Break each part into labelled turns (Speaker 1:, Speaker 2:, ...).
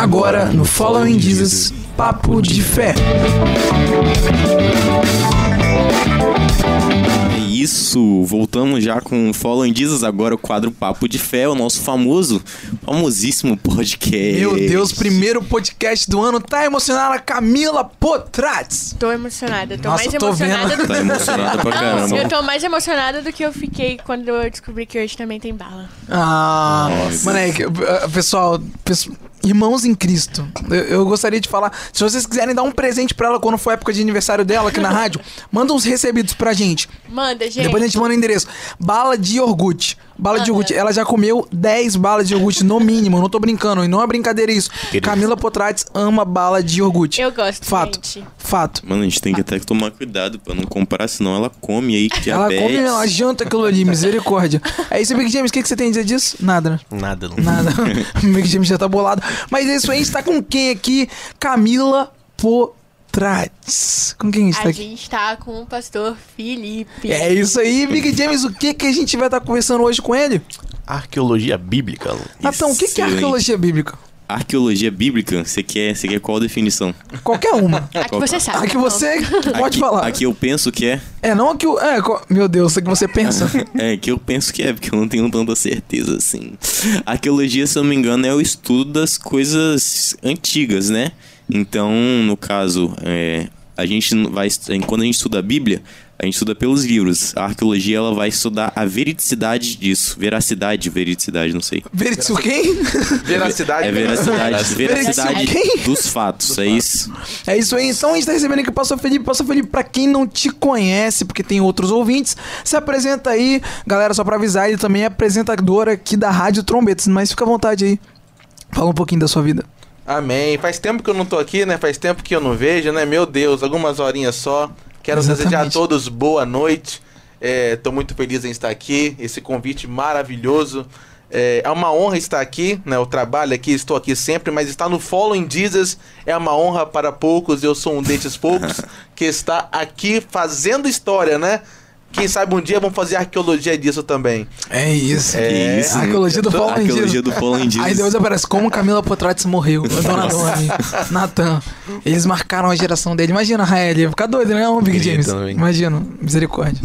Speaker 1: Agora no Following Jesus, Papo de Fé.
Speaker 2: Isso, voltamos já com o Following Jesus, agora o quadro Papo de Fé, o nosso famosíssimo podcast.
Speaker 1: Meu Deus, primeiro podcast do ano, tá emocionada, Camila Potratz?
Speaker 3: Tô emocionada,
Speaker 1: Nossa,
Speaker 3: mais
Speaker 1: tô
Speaker 3: emocionada
Speaker 1: vendo.
Speaker 3: do
Speaker 2: Tá emocionada pra caramba.
Speaker 3: Eu tô mais emocionada do que eu fiquei quando eu descobri que hoje também tem bala.
Speaker 1: Moleque, pessoal, irmãos em Cristo, eu gostaria de falar, se vocês quiserem dar um presente pra ela quando for época de aniversário dela aqui na rádio, manda uns recebidos pra gente.
Speaker 3: Manda, gente.
Speaker 1: Depois a gente manda o endereço. Bala de iogurte. Bala de iogurte. Ela já comeu 10 balas de iogurte no mínimo. Não tô brincando. E não é brincadeira isso. Camila Potratz ama bala de iogurte.
Speaker 3: Eu gosto,
Speaker 1: Fato.
Speaker 3: gente.
Speaker 1: Fato.
Speaker 2: Mano, a gente tem que até tomar cuidado pra não comprar, senão ela come aí,
Speaker 1: Ela
Speaker 2: diabetes.
Speaker 1: come, ela janta aquilo ali. Misericórdia. É isso, Big James. O que você tem a dizer disso? Nada, né?
Speaker 4: Nada, não.
Speaker 1: Nada. O Big James já tá bolado. Mas é isso aí. A gente tá com quem aqui? Camila Potratz. Com quem a gente tá
Speaker 3: A
Speaker 1: aqui?
Speaker 3: gente tá com o pastor Felipe.
Speaker 1: É isso aí, Big James. O que a gente vai estar conversando hoje com ele?
Speaker 4: Arqueologia bíblica.
Speaker 1: Então, o que é
Speaker 2: Excelente.
Speaker 1: arqueologia bíblica?
Speaker 2: Arqueologia bíblica, você quer qual definição?
Speaker 1: Qualquer uma.
Speaker 3: A que você sabe.
Speaker 1: A que você pode falar.
Speaker 2: Aqui eu penso que é.
Speaker 1: Não a que o... meu Deus, a que você pensa.
Speaker 2: É, que eu penso que é, porque eu não tenho tanta certeza assim. Arqueologia, se eu não me engano, é o estudo das coisas antigas, né? Então, no caso, quando a gente estuda a Bíblia, a gente estuda pelos livros. A arqueologia, ela vai estudar a veridicidade disso. Vericidade, não sei.
Speaker 1: Veridici o quem?
Speaker 4: Veracidade.
Speaker 2: É veracidade
Speaker 1: Veridicidade quem?
Speaker 2: dos fatos, é isso.
Speaker 1: É isso aí. Então a gente tá recebendo aqui o Pastor Felipe. Pastor Felipe, pra quem não te conhece, porque tem outros ouvintes, se apresenta aí. Galera, só pra avisar, ele também é apresentador aqui da Rádio Trombetas. Mas fica à vontade aí. Fala um pouquinho da sua vida.
Speaker 5: Amém. Faz tempo que eu não tô aqui, né? Faz tempo que eu não vejo, né? Meu Deus, algumas horinhas só. Quero
Speaker 1: Exatamente.
Speaker 5: desejar a todos boa noite. Tô muito feliz em estar aqui. Esse convite maravilhoso. É uma honra estar aqui, né? Eu trabalho aqui, estou aqui sempre, mas estar no Following Jesus é uma honra para poucos. Eu sou um desses poucos que está aqui fazendo história, né? Quem sabe um dia vamos fazer arqueologia disso também.
Speaker 1: É isso.
Speaker 5: É
Speaker 2: isso.
Speaker 1: A arqueologia do Following Jesus.
Speaker 2: Arqueologia do Following Jesus.
Speaker 1: Aí Deus aparece como Camila Potratz morreu. Dona Doni, Natan. Eles marcaram a geração dele. Imagina, Rael, ia ficar doido, né, Big James?
Speaker 4: também.
Speaker 1: Imagina, misericórdia.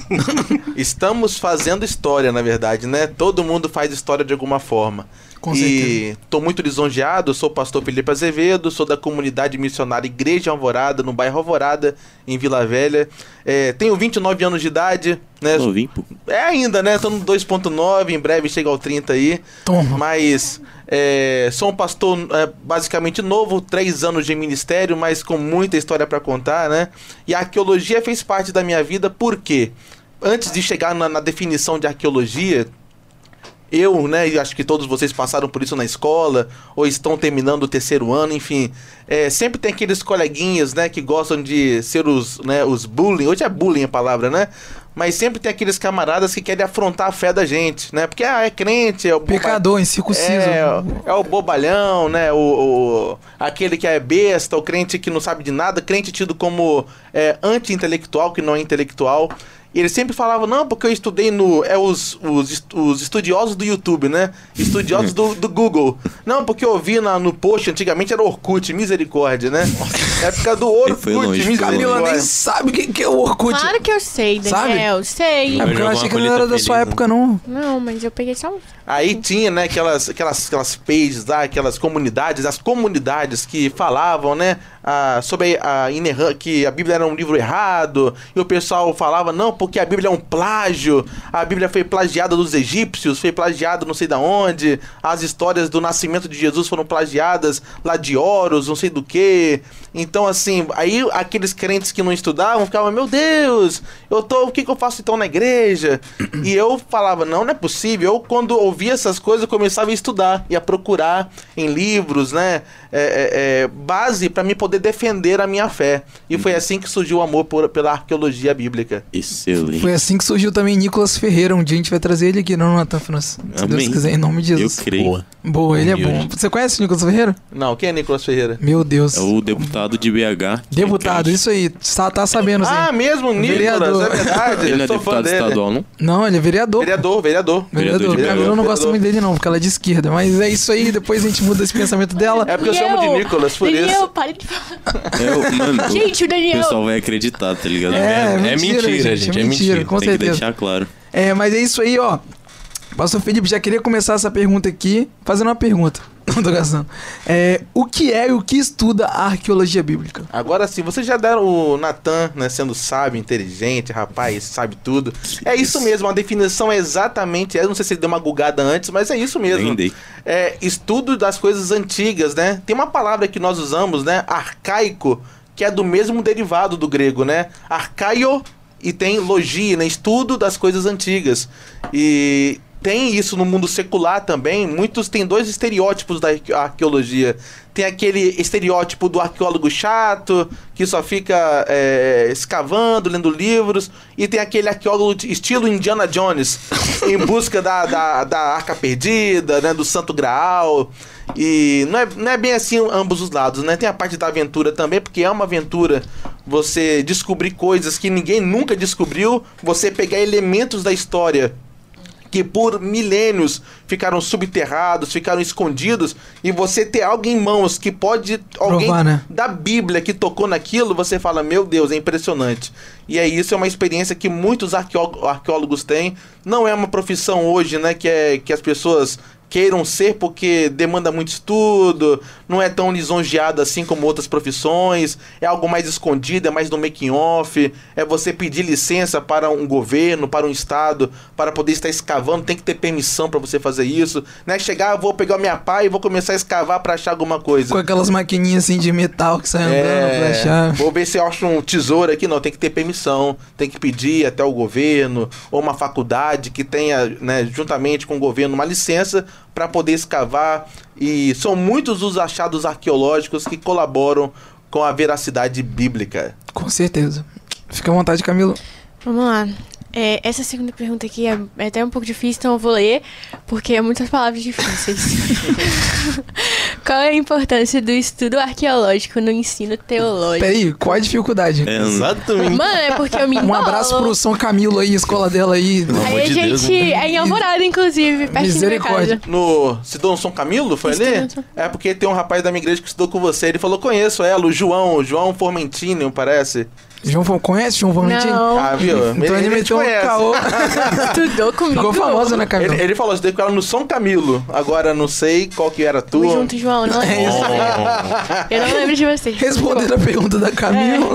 Speaker 5: Estamos fazendo história, na verdade, né? Todo mundo faz história de alguma forma.
Speaker 1: Com
Speaker 5: E
Speaker 1: certeza.
Speaker 5: estou muito lisonjeado, sou o pastor Felipe Azevedo, sou da comunidade missionária Igreja Alvorada, no bairro Alvorada, em Vila Velha. Tenho 29 anos de idade, né?
Speaker 2: Novinho, pô.
Speaker 5: Ainda, né? Tô no 2.9, em breve chega ao 30 aí.
Speaker 1: Toma.
Speaker 5: Mas sou um pastor basicamente novo, 3 anos de ministério, mas com muita história para contar, né? E a arqueologia fez parte da minha vida, por quê? Antes de chegar na definição de arqueologia, eu, né, e acho que todos vocês passaram por isso na escola, ou estão terminando o 3º ano, enfim. Sempre tem aqueles coleguinhas, né, que gostam de ser os bullying. Hoje é bullying a palavra, né? Mas sempre tem aqueles camaradas que querem afrontar a fé da gente, né? Porque é crente, é o
Speaker 1: Pecador, incircunciso.
Speaker 5: é o bobalhão, né? Aquele que é besta, o crente que não sabe de nada, crente tido como anti-intelectual, que não é intelectual. E ele sempre falava, não, porque eu estudei os estudiosos do YouTube, né? Estudiosos do Google. Não, porque eu vi no post, antigamente era Orkut, misericórdia, né? Época do Orkut,
Speaker 1: Camila nem sabe o que é o Orkut.
Speaker 3: Claro que eu sei, Daniel. Sei.
Speaker 1: É porque eu achei que não era da sua época, não.
Speaker 3: Não, mas eu peguei só um.
Speaker 5: Aí tinha, né, aquelas pages lá, aquelas comunidades, as comunidades que falavam, né, sobre que a Bíblia era um livro errado, e o pessoal falava, não, porque a Bíblia é um plágio, a Bíblia foi plagiada dos egípcios, foi plagiada não sei da onde, as histórias do nascimento de Jesus foram plagiadas lá de Horus, não sei do que. Então, assim, aí aqueles crentes que não estudavam ficavam, meu Deus, o que eu faço então na igreja? E eu falava, não é possível. Eu, quando ouvia essas coisas, eu começava a estudar e a procurar em livros, né, base para me poder defender a minha fé. E foi assim que surgiu o amor pela arqueologia bíblica.
Speaker 2: Excelente.
Speaker 1: Foi assim que surgiu também Nicolas Ferreira. Um dia a gente vai trazer ele aqui, não, Natan França. Se Deus quiser, em nome de Jesus.
Speaker 2: Eu creio.
Speaker 1: Boa, ele é bom. Você conhece o Nicolas Ferreira?
Speaker 5: Não, quem é Nicolas Ferreira?
Speaker 1: Meu Deus.
Speaker 2: É o deputado de BH.
Speaker 1: Deputado, isso aí. Tá sabendo, sim.
Speaker 5: Ah, mesmo, Nicolas,
Speaker 1: Vereador.
Speaker 5: é verdade.
Speaker 2: Ele não é
Speaker 5: eu sou fã
Speaker 2: deputado
Speaker 5: dele.
Speaker 2: estadual, não?
Speaker 1: Não, ele é vereador.
Speaker 5: Vereador.
Speaker 1: Vereador.
Speaker 2: de
Speaker 1: Camila
Speaker 2: BH.
Speaker 1: não não gosta
Speaker 5: imperador.
Speaker 1: muito dele não, porque ela é de esquerda. Mas é isso aí, depois a gente muda esse pensamento dela.
Speaker 5: É porque eu chamo de Nicolas, por
Speaker 3: Daniel,
Speaker 5: isso.
Speaker 3: pare de falar.
Speaker 2: Mano,
Speaker 3: Gente, o
Speaker 2: o
Speaker 3: Daniel.
Speaker 2: pessoal vai acreditar, tá ligado?
Speaker 1: É mentira,
Speaker 4: gente, é
Speaker 1: mentira,
Speaker 4: mentira.
Speaker 1: com
Speaker 2: Tem que
Speaker 1: certeza.
Speaker 2: deixar claro.
Speaker 1: Mas é isso aí, ó. Pastor Felipe, já queria começar essa pergunta aqui, fazendo uma pergunta. Não tô gastando. O que é e o que estuda a arqueologia bíblica?
Speaker 5: Agora sim, vocês já deram o Natan, né, sendo sábio, inteligente, rapaz, sabe tudo. É isso mesmo, a definição é exatamente, eu não sei se ele deu uma gulgada antes, mas é isso mesmo.
Speaker 2: Nem dei.
Speaker 5: É estudo das coisas antigas, né? Tem uma palavra que nós usamos, né, arcaico, que é do mesmo derivado do grego, né? Arcaio e tem logia, né, estudo das coisas antigas. E tem isso no mundo secular também. Muitos têm dois estereótipos da arqueologia. Tem aquele estereótipo do arqueólogo chato, que só fica escavando, lendo livros. E tem aquele arqueólogo estilo Indiana Jones, em busca da Arca Perdida, né, do Santo Graal. E não é bem assim ambos os lados, né? Tem a parte da aventura também, porque é uma aventura você descobrir coisas que ninguém nunca descobriu, você pegar elementos da história que por milênios ficaram subterrados, ficaram escondidos, e você ter algo em mãos que pode... alguém
Speaker 1: Provar, né?
Speaker 5: da Bíblia que tocou naquilo, você fala, meu Deus, é impressionante. E é isso, é uma experiência que muitos arqueólogos têm. Não é uma profissão hoje, né, que as pessoas queiram ser porque demanda muito estudo, não é tão lisonjeado assim como outras profissões, é algo mais escondido, é mais no making off, é você pedir licença para um governo, para um estado, para poder estar escavando, tem que ter permissão para você fazer isso, né? Chegar, vou pegar minha pá e vou começar a escavar para achar alguma coisa.
Speaker 1: Com aquelas maquininhas assim de metal que sai andando pra achar.
Speaker 5: Vou ver se eu acho um tesouro aqui. Não, tem que ter permissão, tem que pedir até o governo ou uma faculdade que tenha, né, juntamente com o governo, uma licença para poder escavar. E são muitos os achados arqueológicos que colaboram com a veracidade bíblica.
Speaker 1: Com certeza. Fica à vontade, Camilo.
Speaker 3: Vamos lá. Essa segunda pergunta aqui é até um pouco difícil, então eu vou ler, porque é muitas palavras difíceis. Qual é a importância do estudo arqueológico no ensino teológico?
Speaker 1: Peraí, qual a dificuldade?
Speaker 4: Exatamente.
Speaker 3: Mano, é porque eu me
Speaker 1: Um
Speaker 3: embolo.
Speaker 1: abraço pro São Camilo aí, escola dela aí.
Speaker 4: Pelo amor
Speaker 3: Aí a
Speaker 4: de Deus,
Speaker 3: gente...
Speaker 4: né?
Speaker 3: É em Alvorada, inclusive, pertinho da minha
Speaker 1: Misericórdia.
Speaker 3: casa.
Speaker 5: No Cidadão São Camilo, foi
Speaker 3: Isso,
Speaker 5: ali?
Speaker 3: Cidadão São-
Speaker 5: É porque tem um rapaz da minha igreja que estudou com você. Ele falou, conheço ela, o João Formentini, parece.
Speaker 1: Conhece João Valentim?
Speaker 3: Não.
Speaker 5: Ah, viu?
Speaker 1: Então ele
Speaker 5: te
Speaker 1: meteu um
Speaker 5: conhece.
Speaker 1: caô.
Speaker 3: Estudou comigo.
Speaker 1: Ficou famoso, né, Camilo?
Speaker 5: Ele falou, estudei com ela no São Camilo. Agora não sei qual que era a tua.
Speaker 3: Tamo junto, João. Não,
Speaker 1: É isso.
Speaker 3: eu não lembro de você.
Speaker 1: Respondendo a pergunta da Camilo.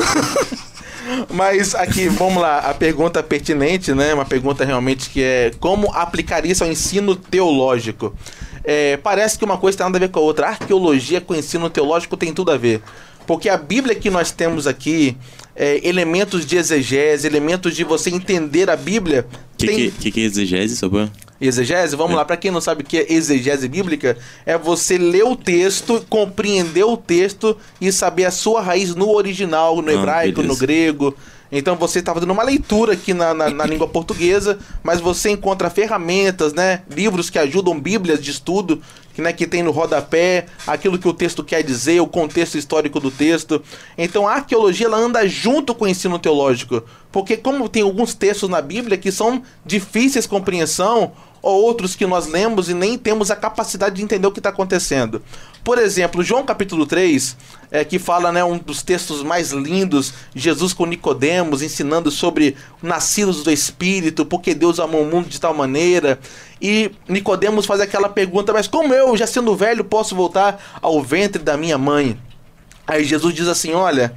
Speaker 5: Mas aqui, vamos lá, a pergunta pertinente, né? Uma pergunta realmente que é como aplicar isso ao ensino teológico. Parece que uma coisa tem nada a ver com a outra. A arqueologia com o ensino teológico tem tudo a ver. Porque a Bíblia que nós temos aqui, elementos de exegese, elementos de você entender a Bíblia... tem...
Speaker 2: Que é exegese, só pra...
Speaker 5: Exegese, vamos lá, pra quem não sabe o que é exegese bíblica, é você ler o texto, compreender o texto e saber a sua raiz no original, no hebraico,
Speaker 2: beleza.
Speaker 5: no grego. Então você está fazendo uma leitura aqui na língua portuguesa, mas você encontra ferramentas, né, livros que ajudam, bíblias de estudo, que tem no rodapé, aquilo que o texto quer dizer, o contexto histórico do texto. Então a arqueologia ela anda junto com o ensino teológico, porque como tem alguns textos na Bíblia que são difíceis de compreensão, ou outros que nós lemos e nem temos a capacidade de entender o que está acontecendo. Por exemplo, João capítulo 3, que fala, né, um dos textos mais lindos, Jesus com Nicodemos, ensinando sobre nascidos do Espírito, porque Deus amou o mundo de tal maneira, e Nicodemos faz aquela pergunta, mas como eu, já sendo velho, posso voltar ao ventre da minha mãe? Aí Jesus diz assim, olha,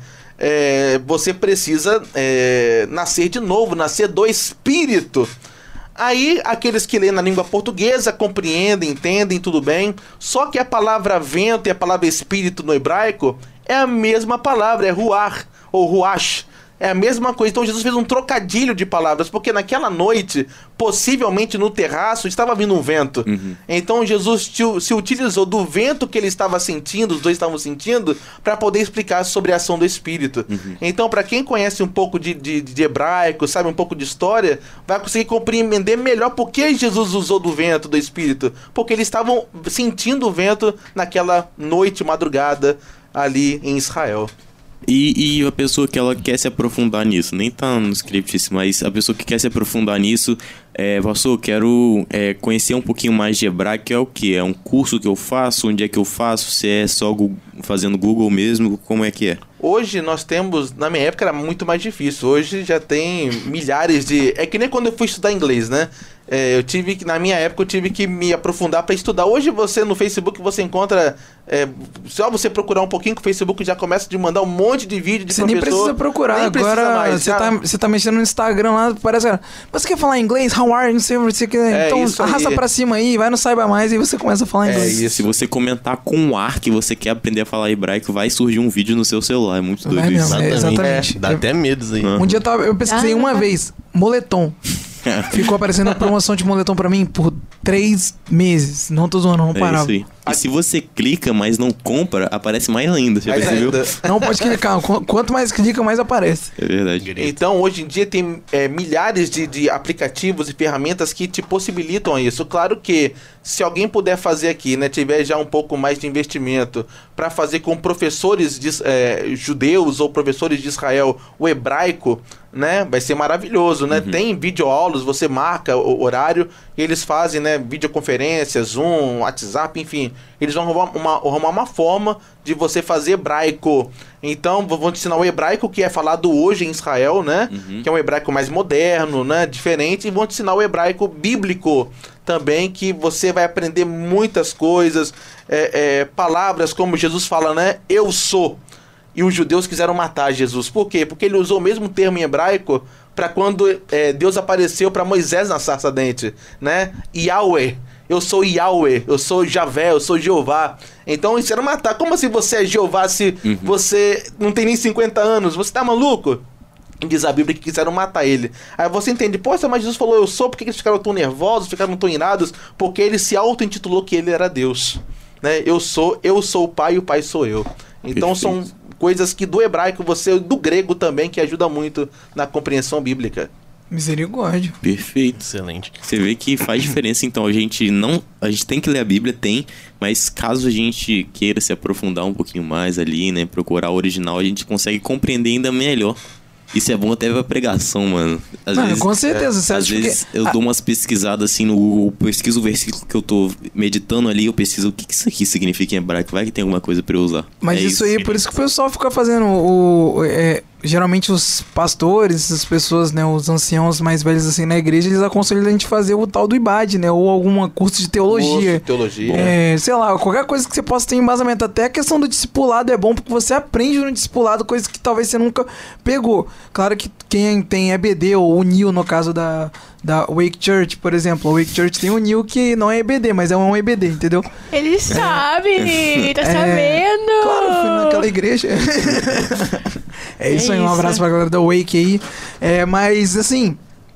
Speaker 5: você precisa nascer de novo, nascer do Espírito. Aí, aqueles que lêem na língua portuguesa compreendem, entendem, tudo bem. Só que a palavra vento e a palavra espírito no hebraico é a mesma palavra, é ruach ou ruach. É a mesma coisa. Então Jesus fez um trocadilho de palavras, porque naquela noite, possivelmente no terraço, estava vindo um vento.
Speaker 2: Uhum.
Speaker 5: Então Jesus se utilizou do vento que ele estava sentindo, os dois estavam sentindo, para poder explicar sobre a ação do Espírito.
Speaker 2: Uhum.
Speaker 5: Então, para quem conhece um pouco de hebraico, sabe um pouco de história, vai conseguir compreender melhor por que Jesus usou do vento, do Espírito. Porque eles estavam sentindo o vento naquela noite, madrugada, ali em Israel.
Speaker 2: E a pessoa que ela quer se aprofundar nisso, nem tá no script isso, mas a pessoa que quer se aprofundar nisso, Pastor, quero conhecer um pouquinho mais de hebraico, que é o quê? É um curso que eu faço? Onde é que eu faço? Se é só fazendo Google mesmo? Como é que é?
Speaker 5: Hoje nós temos, na minha época era muito mais difícil, hoje já tem milhares de... É que nem quando eu fui estudar inglês, né? Na minha época eu tive que me aprofundar para estudar. Hoje você no Facebook você encontra, só você procurar um pouquinho que o Facebook já começa a mandar um monte de vídeo de
Speaker 1: Você
Speaker 5: professor.
Speaker 1: nem precisa procurar,
Speaker 5: nem precisa
Speaker 1: agora
Speaker 5: mais,
Speaker 1: você tá mexendo no Instagram lá, parece, você quer falar inglês? How are you? Não sei, você quer... Então
Speaker 5: isso
Speaker 1: arrasta
Speaker 5: aí.
Speaker 1: pra cima aí, vai no Saiba Mais e você começa a falar inglês.
Speaker 5: isso.
Speaker 2: Se você comentar com um ar que você quer aprender a falar hebraico, vai surgir um vídeo no seu celular. É muito doido
Speaker 1: Vai
Speaker 2: isso.
Speaker 1: mesmo, exatamente.
Speaker 4: Dá até medo isso aí.
Speaker 1: Um dia eu pesquisei uma vez, moletom. Ficou aparecendo promoção de moletom pra mim por 3 meses. Não tô zoando, não parava.
Speaker 2: Isso aí. E se você clica, mas não compra, aparece mais ainda. Já
Speaker 5: Mas
Speaker 2: percebeu?
Speaker 5: ainda.
Speaker 1: Não pode clicar. Quanto mais clica, mais aparece.
Speaker 2: É verdade.
Speaker 5: Então, hoje em dia tem milhares de aplicativos e ferramentas que te possibilitam isso. Claro que se alguém puder fazer aqui, né, tiver já um pouco mais de investimento para fazer com professores judeus ou professores de Israel o hebraico, né, vai ser maravilhoso, né? Tem videoaulas, você marca o horário e eles fazem, né, videoconferência, Zoom, WhatsApp, enfim. Eles vão arrumar uma forma de você fazer hebraico. Então, vão te ensinar o hebraico que é falado hoje em Israel, né? Que é um hebraico mais moderno, né? Diferente. E vão te ensinar o hebraico bíblico também, que você vai aprender muitas coisas. Palavras como Jesus fala, né? Eu sou. E os judeus quiseram matar Jesus. Por quê? Porque ele usou o mesmo termo em hebraico para quando Deus apareceu para Moisés na sarça ardente, né? Yahweh. Eu sou Yahweh, eu sou Javé, eu sou Jeová. Então, isso era matar. Como assim você é Jeová se você não tem nem 50 anos? Você tá maluco? Diz a Bíblia que quiseram matar ele. Aí você entende, poxa, mas Jesus falou eu sou, por que eles ficaram tão nervosos, ficaram tão irados? Porque ele se auto-intitulou que ele era Deus. Né? Eu sou o Pai e o Pai sou eu. Então são coisas que do hebraico, do grego também, que ajuda muito na compreensão bíblica.
Speaker 1: Misericórdia.
Speaker 2: Perfeito.
Speaker 4: Excelente.
Speaker 2: Você vê que faz diferença, então a gente tem que ler a Bíblia, mas caso a gente queira se aprofundar um pouquinho mais ali, né, procurar o original, a gente consegue compreender ainda melhor. Isso é bom até pra pregação, mano. Às vezes,
Speaker 1: Com certeza. Você
Speaker 2: às
Speaker 1: acha
Speaker 2: vezes
Speaker 1: que...
Speaker 2: eu dou umas pesquisadas assim no Google, pesquiso o versículo que eu tô meditando ali, eu pesquiso o que isso aqui significa em hebraico, vai que tem alguma coisa pra eu usar.
Speaker 1: Mas isso aí, por isso que o pessoal fica fazendo geralmente os pastores, as pessoas, né, os anciãos mais velhos assim na igreja, eles aconselham a gente fazer o tal do IBAD, né, ou algum curso de teologia.
Speaker 5: Teologia.
Speaker 1: Sei lá, qualquer coisa que você possa ter embasamento. Até a questão do discipulado é bom, porque você aprende no discipulado coisas que talvez você nunca pegou. Claro que quem tem EBD ou o NIL, no caso da Wake Church, por exemplo. A Wake Church tem o NIL que não é EBD, mas é um EBD, entendeu?
Speaker 3: Ele sabe, tá sabendo.
Speaker 1: Claro, eu fui naquela igreja. É isso aí, um abraço pra galera da Wake aí. Mas, assim,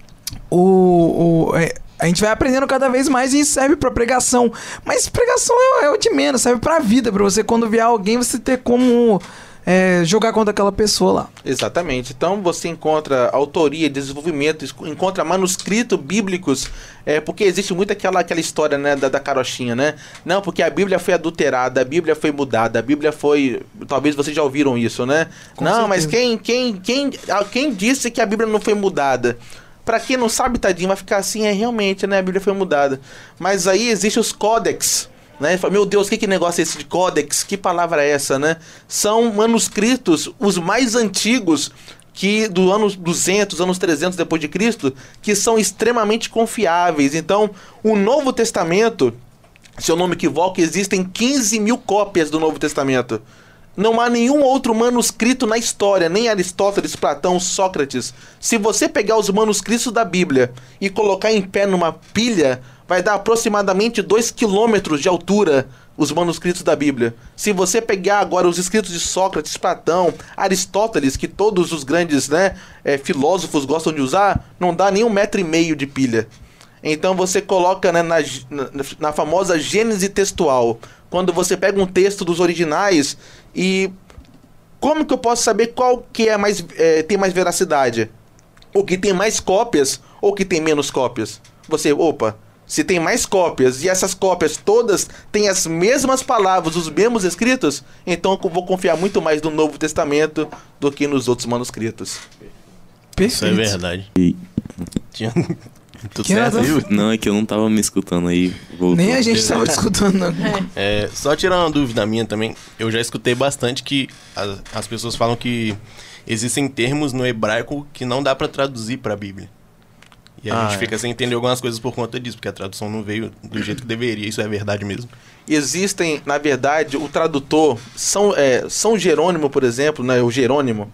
Speaker 1: a gente vai aprendendo cada vez mais e isso serve pra pregação. Mas pregação é o de menos, serve pra vida, pra você, quando vier alguém, você ter como jogar contra aquela pessoa lá.
Speaker 5: Exatamente. Então você encontra autoria, desenvolvimento, encontra manuscritos bíblicos, porque existe muito aquela história, né, da carochinha, né? Não, porque a Bíblia foi adulterada, a Bíblia foi mudada, a Bíblia foi... Talvez vocês já ouviram isso, né?
Speaker 1: Com
Speaker 5: não,
Speaker 1: certeza.
Speaker 5: mas quem disse que a Bíblia não foi mudada? Pra quem não sabe, tadinho, vai ficar assim, realmente, né? A Bíblia foi mudada. Mas aí existem os códex, né? Meu Deus, que negócio é esse de códex? Que palavra é essa, né? São manuscritos, os mais antigos, que do anos 200, anos 300 depois de Cristo, que são extremamente confiáveis. Então, o Novo Testamento, se eu não me equivoco, existem 15 mil cópias do Novo Testamento. Não há nenhum outro manuscrito na história, nem Aristóteles, Platão, Sócrates. Se você pegar os manuscritos da Bíblia e colocar em pé numa pilha, vai dar aproximadamente 2 quilômetros de altura os manuscritos da Bíblia. Se você pegar agora os escritos de Sócrates, Platão, Aristóteles, que todos os grandes, né, filósofos gostam de usar, não dá nem 1,5 metro de pilha. Então você coloca, né, na famosa gênese textual, quando você pega um texto dos originais e como que eu posso saber qual que tem mais veracidade? O que tem mais cópias ou o que tem menos cópias? Se tem mais cópias e essas cópias todas têm as mesmas palavras, os mesmos escritos, então eu vou confiar muito mais no Novo Testamento do que nos outros manuscritos.
Speaker 4: Isso é verdade. Tudo
Speaker 1: Que
Speaker 4: certo,
Speaker 1: nada?
Speaker 4: viu?
Speaker 2: Não, é que eu não tava me escutando aí. Voltou.
Speaker 1: Nem a gente tava escutando. Não.
Speaker 4: Só tirar uma dúvida minha também, eu já escutei bastante que as pessoas falam que existem termos no hebraico que não dá pra traduzir pra Bíblia. E a gente fica sem entender algumas coisas por conta disso, porque a tradução não veio do jeito que deveria. Isso é verdade mesmo?
Speaker 5: Existem, na verdade, o tradutor, São Jerônimo, por exemplo, né, o Jerônimo,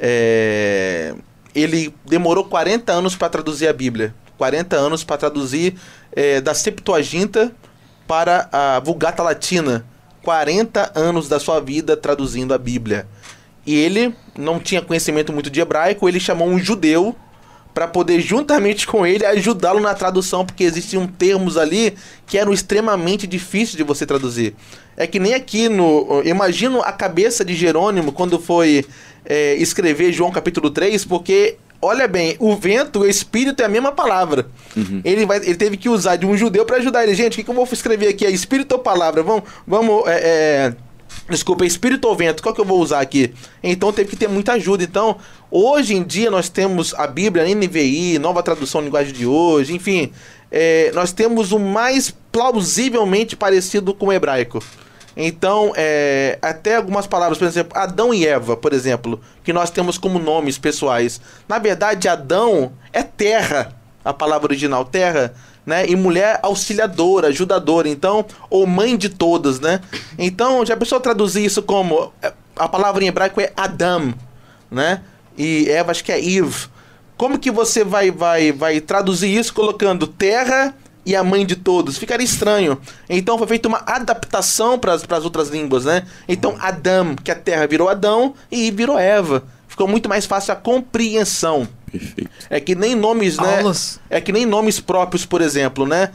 Speaker 5: ele demorou 40 anos para traduzir a Bíblia. 40 anos para traduzir da Septuaginta para a Vulgata Latina. 40 anos da sua vida traduzindo a Bíblia. E ele não tinha conhecimento muito de hebraico, ele chamou um judeu para poder, juntamente com ele, ajudá-lo na tradução, porque existiam termos ali que eram extremamente difíceis de você traduzir. É que nem aqui no... Imagino a cabeça de Jerônimo quando foi escrever João capítulo 3, porque, olha bem, o vento, o espírito é a mesma palavra. Uhum. Ele teve que usar de um judeu para ajudar ele. Gente, o que eu vou escrever aqui? É espírito ou palavra? Vamos Desculpa, é espírito ou vento? Qual que eu vou usar aqui? Então teve que ter muita ajuda. Então, hoje em dia nós temos a Bíblia, a NVI, nova tradução linguagem de hoje, enfim, nós temos o mais plausivelmente parecido com o hebraico. Então, até algumas palavras, por exemplo, Adão e Eva, por exemplo, que nós temos como nomes pessoais. Na verdade, Adão é terra, a palavra original, terra, né? E mulher auxiliadora, ajudadora, então, ou mãe de todas, né? Então, já pensou traduzir isso como... A palavra em hebraico é Adam, né? E Eva, acho que é Eve. Como que você vai traduzir isso colocando terra e a mãe de todos? Ficaria estranho. Então, foi feita uma adaptação para as outras línguas, né? Então, Adam, que a terra virou Adão, e virou Eva. Ficou muito mais fácil a compreensão.
Speaker 2: Perfeito.
Speaker 5: É que nem nomes, né? É que nem nomes próprios, por exemplo, né?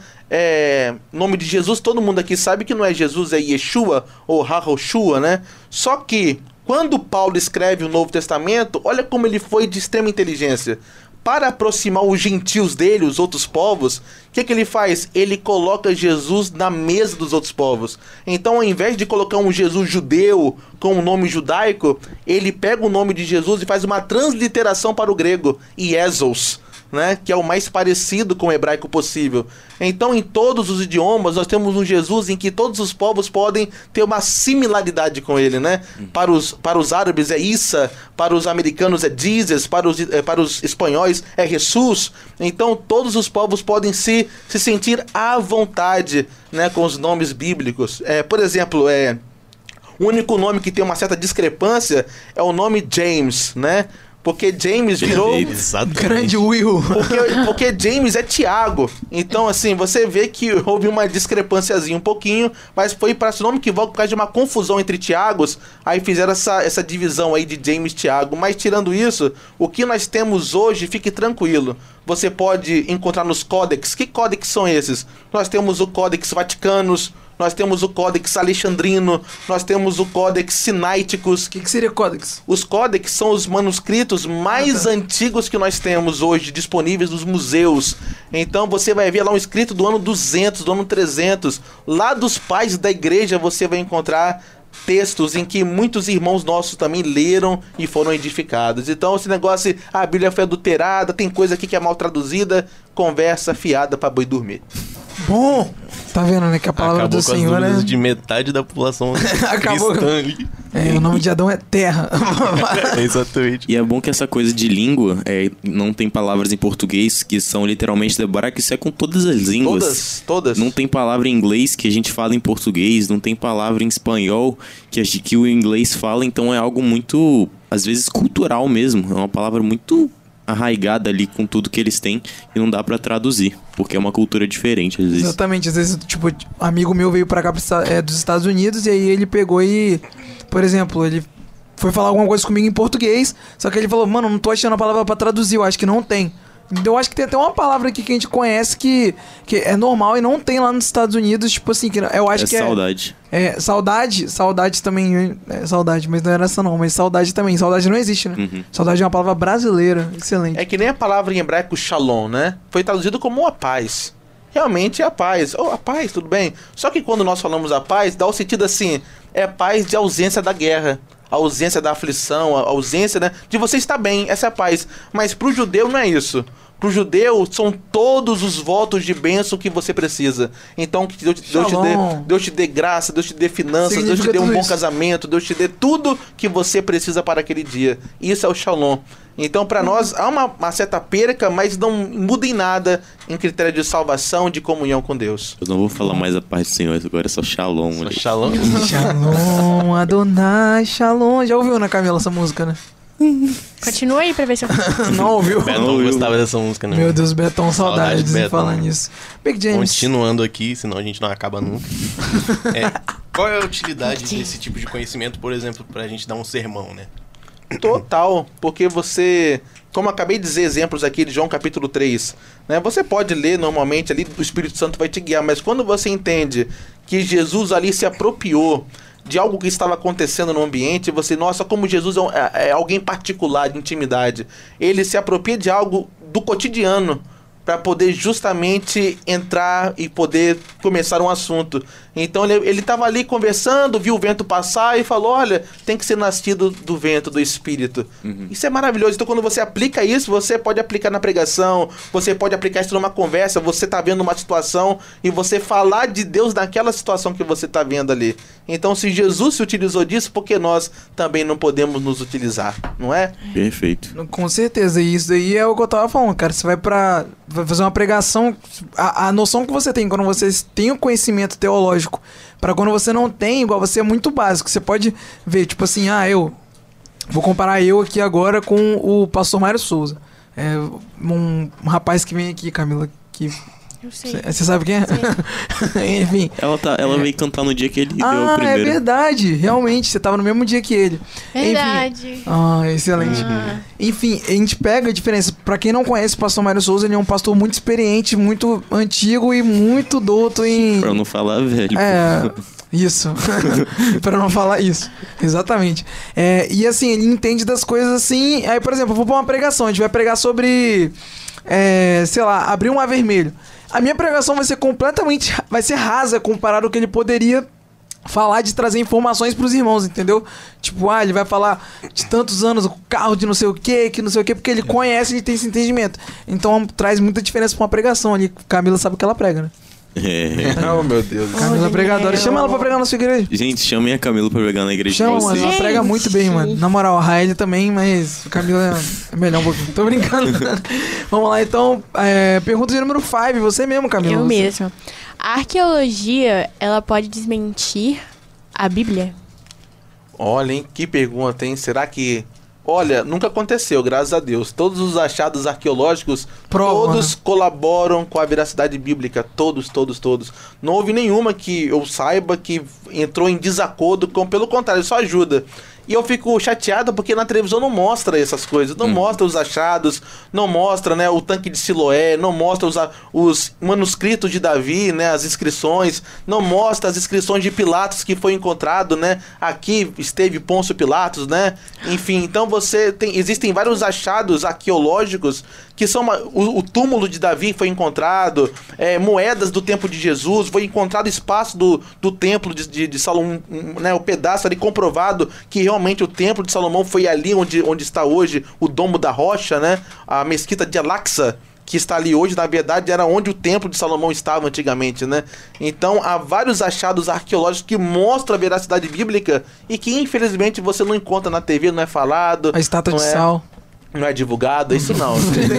Speaker 5: Nome de Jesus, todo mundo aqui sabe que não é Jesus, é Yeshua ou Haroshua, né? Só que quando Paulo escreve o Novo Testamento, olha como ele foi de extrema inteligência. Para aproximar os gentios dele, os outros povos, o que ele faz? Ele coloca Jesus na mesa dos outros povos. Então, ao invés de colocar um Jesus judeu com um nome judaico, ele pega o nome de Jesus e faz uma transliteração para o grego, Iesos, né? Que é o mais parecido com o hebraico possível. Então, em todos os idiomas, nós temos um Jesus em que todos os povos podem ter uma similaridade com ele, né? Para os árabes é Issa, para os americanos é Jesus, para os espanhóis é Jesus. Então, todos os povos podem se sentir à vontade, né, com os nomes bíblicos. Por exemplo, o único nome que tem uma certa discrepância é o nome James, né? Porque James virou...
Speaker 1: Grande Will.
Speaker 5: Porque James é Tiago. Então, assim, você vê que houve uma discrepânciazinha um pouquinho, mas foi para esse nome que volta por causa de uma confusão entre Tiagos. Aí fizeram essa divisão aí de James e Tiago. Mas, tirando isso, o que nós temos hoje, fique tranquilo. Você pode encontrar nos códex. Que códex são esses? Nós temos o Códex Vaticanos, nós temos o Códex Alexandrino, nós temos o Códex Sinaíticos.
Speaker 1: O que seria códex?
Speaker 5: Os códex são os manuscritos mais antigos que nós temos hoje, disponíveis nos museus. Então você vai ver lá um escrito do ano 200, do ano 300. Lá dos pais da igreja você vai encontrar textos em que muitos irmãos nossos também leram e foram edificados. Então esse negócio, a Bíblia foi adulterada, tem coisa aqui que é mal traduzida, conversa fiada pra boi dormir.
Speaker 1: Bom, tá vendo, né, que a palavra
Speaker 4: acabou
Speaker 1: do
Speaker 4: com
Speaker 1: Senhor,
Speaker 4: as
Speaker 1: né?
Speaker 4: dúvidas de metade da população
Speaker 1: Acabou.
Speaker 4: cristã ali.
Speaker 1: O nome de Adão é terra.
Speaker 4: Exatamente.
Speaker 2: E é bom que essa coisa de língua, não tem palavras em português que são literalmente do hebraico, isso é com todas as línguas.
Speaker 5: Todas.
Speaker 2: Não tem palavra em inglês que a gente fala em português, não tem palavra em espanhol que o inglês fala, então é algo muito, às vezes, cultural mesmo. É uma palavra muito arraigada ali com tudo que eles têm e não dá pra traduzir, porque é uma cultura diferente, às vezes.
Speaker 1: Exatamente, às vezes, tipo, um amigo meu veio pra cá dos Estados Unidos e aí ele pegou e, por exemplo, ele foi falar alguma coisa comigo em português, só que ele falou, mano, não tô achando a palavra pra traduzir, eu acho que não tem. Eu acho que tem até uma palavra aqui que a gente conhece que é normal e não tem lá nos Estados Unidos, tipo assim, que eu acho que
Speaker 2: saudade.
Speaker 1: Saudade também, saudade, mas não era essa não, mas saudade também, saudade não existe, né?
Speaker 2: Uhum.
Speaker 1: Saudade é uma palavra brasileira, excelente.
Speaker 5: É que nem a palavra em hebraico shalom, né? Foi traduzido como a paz. Realmente é a paz. A paz, tudo bem. Só que quando nós falamos a paz, dá o sentido assim, é paz de ausência da guerra, a ausência da aflição, a ausência, né, de você estar bem, essa é a paz. Mas pro judeu não é isso. Pro judeu, são todos os votos de bênção que você precisa. Então, que Deus te dê graça, Deus te dê finanças, Deus te dê um bom casamento, Deus te dê tudo que você precisa para aquele dia. Isso é o Shalom. Então, para nós, há uma certa perca, mas não muda em nada em critério de salvação, de comunhão com Deus.
Speaker 2: Eu não vou falar mais a paz do Senhor, agora é só Shalom.
Speaker 4: Só Shalom?
Speaker 1: Shalom, Adonai, Shalom. Já ouviu, né, Camila, essa música, né?
Speaker 3: Continua aí pra ver se eu...
Speaker 1: Não ouviu?
Speaker 4: Betão gostava dessa música, né?
Speaker 1: Meu Deus, Betão, saudade de
Speaker 4: Betão.
Speaker 1: falar nisso. Big James.
Speaker 4: Continuando aqui, senão a gente não acaba nunca. Qual é a utilidade desse tipo de conhecimento, por exemplo, pra gente dar um sermão, né?
Speaker 5: Total, porque você, como eu acabei de dizer exemplos aqui de João capítulo 3, né, você pode ler normalmente ali, o Espírito Santo vai te guiar, mas quando você entende que Jesus ali se apropriou de algo que estava acontecendo no ambiente, você, nossa, como Jesus é alguém particular, de intimidade, ele se apropria de algo do cotidiano para poder justamente entrar e poder começar um assunto. Então ele estava ali conversando, viu o vento passar e falou, olha, tem que ser nascido do vento, do Espírito. Isso é maravilhoso. Então quando você aplica isso, você pode aplicar na pregação, você pode aplicar isso numa conversa, você está vendo uma situação e você falar de Deus naquela situação que você está vendo ali. Então se Jesus se utilizou disso, por que nós também não podemos nos utilizar, não é?
Speaker 2: Perfeito.
Speaker 1: Com certeza, e isso daí é o que eu tava falando, cara. Você vai fazer uma pregação, a noção que você tem quando você tem o conhecimento teológico, para quando você não tem, igual você é muito básico. Você pode ver, tipo assim, eu vou comparar eu aqui agora com o pastor Mário Souza. É um rapaz que vem aqui, Camila, que...
Speaker 3: Eu sei.
Speaker 1: Você sabe quem é? Enfim.
Speaker 2: Ela veio cantar no dia que ele deu o primeiro.
Speaker 1: É verdade. Realmente, você tava no mesmo dia que ele.
Speaker 3: Verdade.
Speaker 1: Enfim. Excelente. Enfim, a gente pega a diferença. Pra quem não conhece o pastor Mário Souza, ele é um pastor muito experiente, muito antigo e muito douto em...
Speaker 2: Pra não falar velho.
Speaker 1: Isso. Pra não falar isso. Exatamente. E assim, ele entende das coisas assim... Aí, por exemplo, eu vou pra uma pregação. A gente vai pregar sobre... sei lá, abrir um mar vermelho. A minha pregação vai ser completamente... Vai ser rasa comparado ao que ele poderia falar, de trazer informações pros irmãos, entendeu? Tipo, ele vai falar de tantos anos, o carro de não sei o que não sei o que, porque ele conhece, ele tem esse entendimento. Então traz muita diferença pra uma pregação ali. Camila sabe o que ela prega, né?
Speaker 5: Oh, meu Deus.
Speaker 1: Camila pregadora. Chama ela pra pregar na sua igreja.
Speaker 2: Gente, chamem a Camila pra pregar na igreja
Speaker 1: Chama,
Speaker 2: de
Speaker 1: mas
Speaker 2: vocês.
Speaker 1: ela prega muito bem, mano. Na moral, a Raeli também, mas a Camila é melhor um pouquinho. Tô brincando. Vamos lá, então. Pergunta de número 5. Você mesmo, Camila.
Speaker 3: Eu mesma. A arqueologia, ela pode desmentir a Bíblia?
Speaker 5: Olha, hein, que pergunta, hein? Será que... Olha, nunca aconteceu, graças a Deus. Todos os achados arqueológicos, todos colaboram com a veracidade bíblica. Todos. Não houve nenhuma que eu saiba que entrou em desacordo com... Pelo contrário, só ajuda. E eu fico chateado porque na televisão não mostra essas coisas. Não mostra os achados, não mostra, né, o tanque de Siloé, não mostra os manuscritos de Davi, né, as inscrições, não mostra as inscrições de Pilatos que foi encontrado, né? Aqui esteve Pôncio Pilatos, né? Enfim, então existem vários achados arqueológicos que são o túmulo de Davi foi encontrado, moedas do tempo de Jesus, foi encontrado espaço do templo de Salomão, né, o pedaço ali comprovado que realmente o templo de Salomão foi ali onde está hoje o Domo da Rocha, né? A mesquita de Al-Aqsa, que está ali hoje, na verdade, era onde o templo de Salomão estava antigamente, né? Então, há vários achados arqueológicos que mostram a veracidade bíblica e que, infelizmente, você não encontra na TV, não é falado.
Speaker 1: A estátua de sal.
Speaker 5: Não é divulgado, isso não.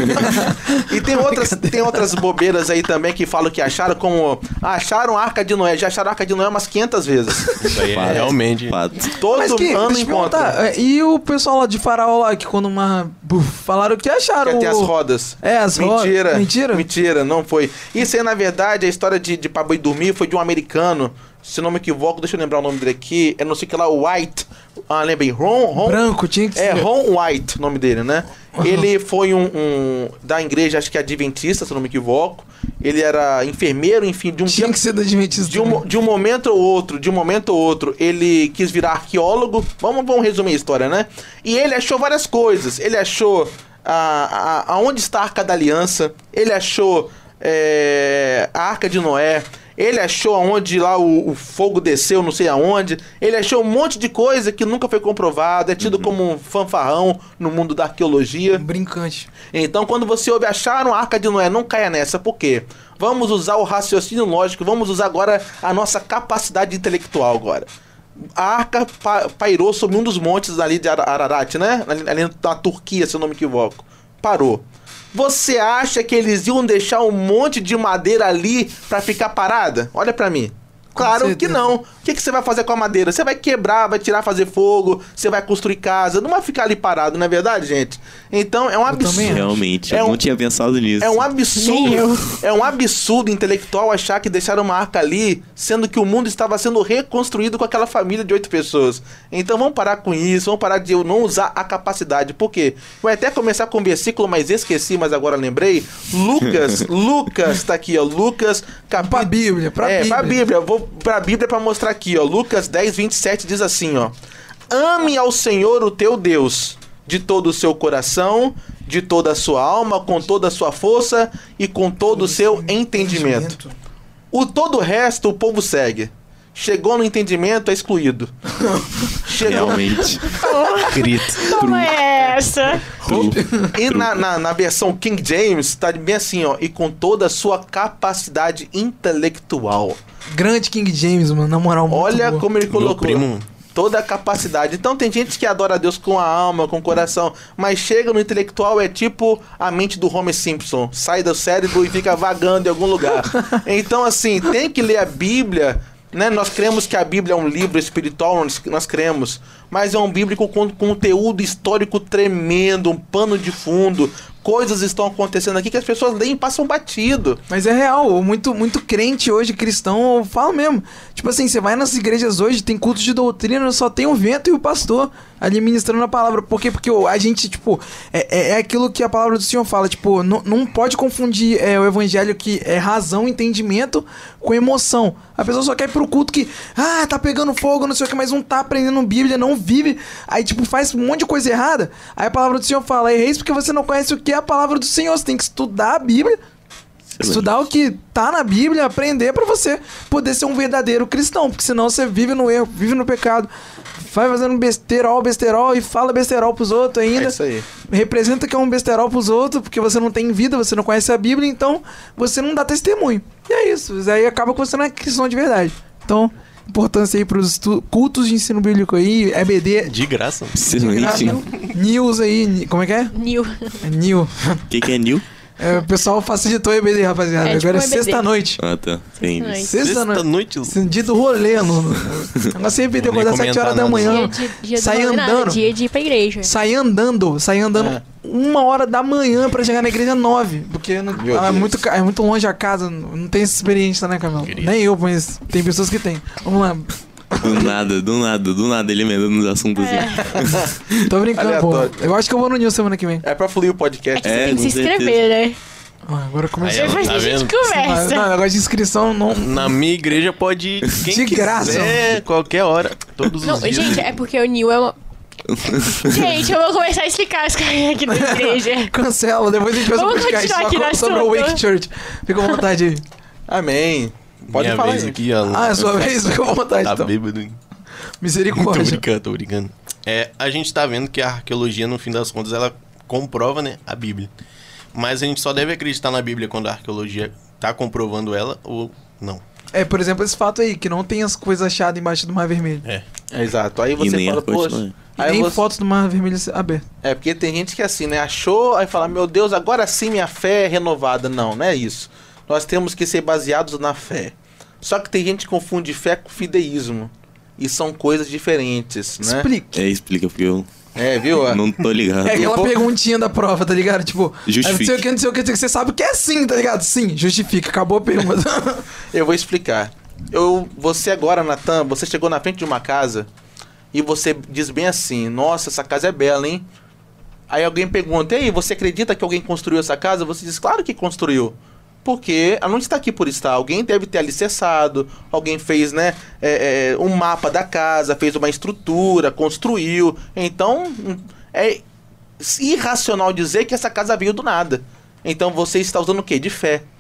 Speaker 5: E tem outras bobeiras aí também que falam que acharam, como... acharam a Arca de Noé. Já acharam a Arca de Noé umas 500 vezes.
Speaker 4: Isso aí é realmente...
Speaker 5: Todo ano
Speaker 1: deixa eu
Speaker 5: encontra.
Speaker 1: perguntar, e o pessoal lá de Faraó lá, que quando falaram que acharam...
Speaker 5: Que tem as rodas.
Speaker 1: As rodas.
Speaker 5: Mentira, não foi. Isso aí, na verdade, a história de pra boi dormir foi de um americano. Se não me equivoco, deixa eu lembrar o nome dele aqui. Eu não sei o que lá, White. Lembrei. Ron
Speaker 1: Branco, tinha que ser.
Speaker 5: Ron White, o nome dele, né? Ele foi um da igreja, acho que é adventista, se eu não me equivoco. Ele era enfermeiro, enfim,
Speaker 1: tinha que ser da adventista.
Speaker 5: De um momento ou outro, ele quis virar arqueólogo. Vamos resumir a história, né? E ele achou várias coisas. Ele achou aonde está a Arca da Aliança. Ele achou a Arca de Noé. Ele achou aonde lá o fogo desceu, não sei aonde. Ele achou um monte de coisa que nunca foi comprovado. É tido como um fanfarrão no mundo da arqueologia.
Speaker 1: Brincante.
Speaker 5: Então, quando você ouve acharam a Arca de Noé, não caia nessa. Por quê? Vamos usar o raciocínio lógico. Vamos usar agora a nossa capacidade intelectual agora. A arca pairou sobre um dos montes ali de Ararat, né? Ali na Turquia, se eu não me equivoco. Parou. Você acha que eles iam deixar um monte de madeira ali pra ficar parada? Olha pra mim. Claro que não. O que você vai fazer com a madeira? Você vai quebrar, vai tirar, fazer fogo, você vai construir casa. Não vai ficar ali parado, não é verdade, gente? Então é um absurdo.
Speaker 2: Realmente, eu não tinha pensado nisso.
Speaker 5: É um absurdo. É um absurdo intelectual achar que deixaram uma arca ali, sendo que o mundo estava sendo reconstruído com aquela família de 8 pessoas. Então vamos parar com isso, vamos parar de eu não usar a capacidade. Por quê? Vou até começar com um versículo, mas esqueci, mas agora lembrei. Lucas, tá aqui, ó. Lucas,
Speaker 1: Pra Bíblia,
Speaker 5: pra Bíblia. Eu vou pra Bíblia pra mostrar aqui, ó. Lucas 10, 27 diz assim, ó. Ame ao Senhor o teu Deus de todo o seu coração, de toda a sua alma, com toda a sua força e com todo o seu entendimento. Todo o resto o povo segue. Chegou no entendimento, é excluído.
Speaker 2: Realmente.
Speaker 4: Grito.
Speaker 3: Como é essa?
Speaker 5: E na versão King James, tá bem assim, ó. E com toda a sua capacidade intelectual.
Speaker 1: Grande King James, mano, na moral. Muito
Speaker 5: Olha
Speaker 1: boa.
Speaker 5: como ele colocou.
Speaker 4: Meu primo.
Speaker 5: Toda a capacidade. Então tem gente que adora a Deus com a alma, com o coração, mas chega no intelectual, é tipo a mente do Homer Simpson. Sai do cérebro e fica vagando em algum lugar. Então, assim, tem que ler a Bíblia, né? Nós cremos que a Bíblia é um livro espiritual, nós cremos, mas é um bíblico com conteúdo histórico tremendo, um pano de fundo. Coisas estão acontecendo aqui que as pessoas leem e passam batido.
Speaker 1: Mas é real, muito crente hoje, cristão, eu falo mesmo. Tipo assim, você vai nas igrejas hoje, tem cultos de doutrina, só tem o vento e o pastor ali ministrando a palavra. Por quê? Porque a gente, tipo, é aquilo que a palavra do Senhor fala, tipo, não pode confundir o evangelho que é razão, entendimento com emoção. A pessoa só quer ir pro culto que, tá pegando fogo, não sei o que, mas não tá aprendendo Bíblia, não vive. Aí, tipo, faz um monte de coisa errada. Aí a palavra do Senhor fala, erreis porque você não conhece o que é a palavra do Senhor. Você tem que estudar a Bíblia, estudar o que tá na Bíblia, aprender pra você poder ser um verdadeiro cristão. Porque senão você vive no erro, vive no pecado, vai fazendo besterol e fala besterol pros outros ainda.
Speaker 5: É isso aí.
Speaker 1: Representa que é um besterol pros outros, porque você não tem vida, você não conhece a Bíblia, então você não dá testemunho. E é isso. Aí acaba que você não é cristão de verdade. Então, importância aí pros cultos de ensino bíblico aí, EBD.
Speaker 4: De graça.
Speaker 2: Excelente.
Speaker 1: News aí, como é que é?
Speaker 3: New.
Speaker 1: New.
Speaker 2: O que é new?
Speaker 1: O pessoal facilitou o EBD, rapaziada.
Speaker 3: É, tipo
Speaker 1: Agora é
Speaker 3: um EBD.
Speaker 1: sexta-noite.
Speaker 2: Ah, tá. Entendi.
Speaker 1: Sexta-noite.
Speaker 4: Sexta-noite.
Speaker 1: Dia do rolê, mano. Negócio é EBD,
Speaker 4: Vou nem
Speaker 1: acordar 7 horas
Speaker 4: comentar
Speaker 1: da
Speaker 4: nada.
Speaker 1: manhã.
Speaker 3: Dia
Speaker 1: Sai
Speaker 3: do rolê nada,
Speaker 1: andando.
Speaker 3: dia de ir pra igreja.
Speaker 1: Sair andando 1h da manhã pra chegar na igreja 9. Porque é muito longe a casa. Não tem essa experiência, né, Camilo? Nem eu, mas tem pessoas que tem. Vamos lá.
Speaker 2: Do nada ele emenda nos assuntos assim.
Speaker 1: Tô brincando, pô.
Speaker 5: Aleatório.
Speaker 1: Eu acho que eu vou no News semana que vem.
Speaker 5: É pra fluir o podcast.
Speaker 3: Você tem que
Speaker 2: com
Speaker 3: se inscrever, né?
Speaker 1: Agora começou.
Speaker 4: Aí,
Speaker 3: Depois
Speaker 4: tá
Speaker 3: a gente
Speaker 4: vendo?
Speaker 3: conversa.
Speaker 1: Não, negócio de inscrição não.
Speaker 4: Na minha igreja pode ir quem
Speaker 1: De graça.
Speaker 4: quiser, qualquer hora, todos
Speaker 3: Não,
Speaker 4: os dias.
Speaker 3: gente, é porque o New é uma... Gente, eu vou começar a explicar as coisas aqui da igreja.
Speaker 1: Cancela, depois a gente faz um
Speaker 3: Vamos
Speaker 1: podcast
Speaker 3: continuar aqui
Speaker 1: só
Speaker 3: no
Speaker 1: sobre o
Speaker 3: assunto.
Speaker 1: Wake Church. Fica à vontade aí.
Speaker 5: Amém. Pode
Speaker 4: Minha
Speaker 5: falar
Speaker 4: vez
Speaker 5: aí.
Speaker 4: aqui, ó.
Speaker 1: Ah, é a sua vez? Fica à vontade,
Speaker 4: Tá
Speaker 1: então.
Speaker 4: bêbado. Tô
Speaker 1: Misericórdia.
Speaker 4: brincando. A gente tá vendo que a arqueologia, no fim das contas, ela comprova, né, a Bíblia. Mas a gente só deve acreditar na Bíblia quando a arqueologia tá comprovando ela ou não.
Speaker 1: Por exemplo, esse fato aí, que não tem as coisas achadas embaixo do Mar Vermelho.
Speaker 5: Exato. Aí
Speaker 2: E
Speaker 5: você
Speaker 2: nem
Speaker 5: fala,
Speaker 2: a fonte
Speaker 5: poxa.
Speaker 2: não é.
Speaker 1: E
Speaker 5: Aí
Speaker 1: nem
Speaker 5: você...
Speaker 1: fotos do Mar Vermelho aberto.
Speaker 5: É, porque tem gente que é assim, né? Achou, aí fala, meu Deus, agora sim minha fé é renovada. Não, não é isso. Nós temos que ser baseados na fé. Só que tem gente que confunde fé com fideísmo. E são coisas diferentes, né?
Speaker 1: Explica.
Speaker 2: Explica, porque eu
Speaker 5: Viu?
Speaker 2: não tô ligado.
Speaker 1: É aquela perguntinha da prova, tá ligado? Tipo,
Speaker 2: Justifique.
Speaker 1: não sei o que, você sabe que é sim, tá ligado? Sim, justifica, acabou a pergunta.
Speaker 5: Eu vou explicar. Você agora, Natan, você chegou na frente de uma casa e você diz bem assim, nossa, essa casa é bela, hein? Aí alguém pergunta, e aí, você acredita que alguém construiu essa casa? Você diz, claro que construiu. Porque ela não está aqui por estar. Alguém deve ter alicerçado, alguém fez, né, um mapa da casa, fez uma estrutura, construiu. Então, é irracional dizer que essa casa veio do nada. Então você está usando o quê? De fé.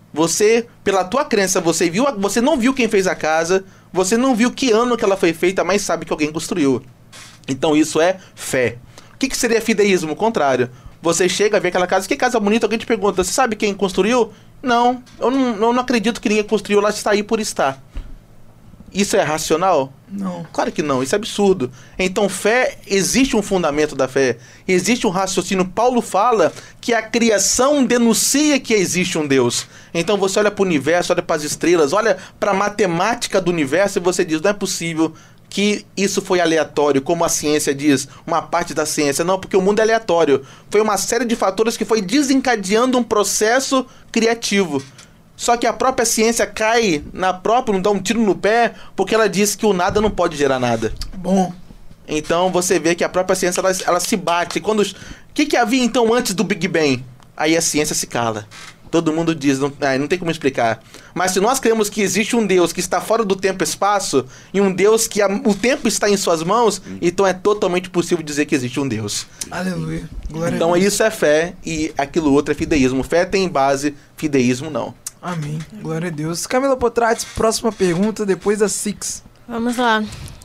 Speaker 5: Você, pela tua crença, você não viu quem fez a casa, você não viu que ano que ela foi feita, mas sabe que alguém construiu. Então isso é fé. O que seria fideísmo? O contrário. Você chega, vê aquela casa, que casa bonita, alguém te pergunta, você sabe quem construiu? Não, eu não acredito que ninguém construiu, ela está aí por estar. Isso é racional?
Speaker 1: Não.
Speaker 5: Claro que não, isso é absurdo. Então fé, existe um fundamento da fé, existe um raciocínio. Paulo fala que a criação denuncia que existe um Deus. Então você olha para o universo, olha para as estrelas, olha para a matemática do universo e você diz, não é possível que isso foi aleatório, como a ciência diz, uma parte da ciência. Não, porque o mundo é aleatório. Foi uma série de fatores que foi desencadeando um processo criativo. Só que a própria ciência cai na própria, não dá um tiro no pé, porque ela diz que o nada não pode gerar nada.
Speaker 1: Bom.
Speaker 5: Então você vê que a própria ciência, ela se bate. O que havia então antes do Big Bang? Aí a ciência se cala. Todo mundo diz, não tem como explicar. Mas se nós cremos que existe um Deus que está fora do tempo e espaço, e um Deus que o tempo está em suas mãos, então é totalmente possível dizer que existe um Deus.
Speaker 1: Aleluia. Glória
Speaker 5: Então
Speaker 1: a Deus.
Speaker 5: isso é fé e aquilo outro é fideísmo. Fé tem base, fideísmo não.
Speaker 1: Amém. Glória a Deus. Camila Potrati, próxima pergunta, depois da Six.
Speaker 3: Vamos lá.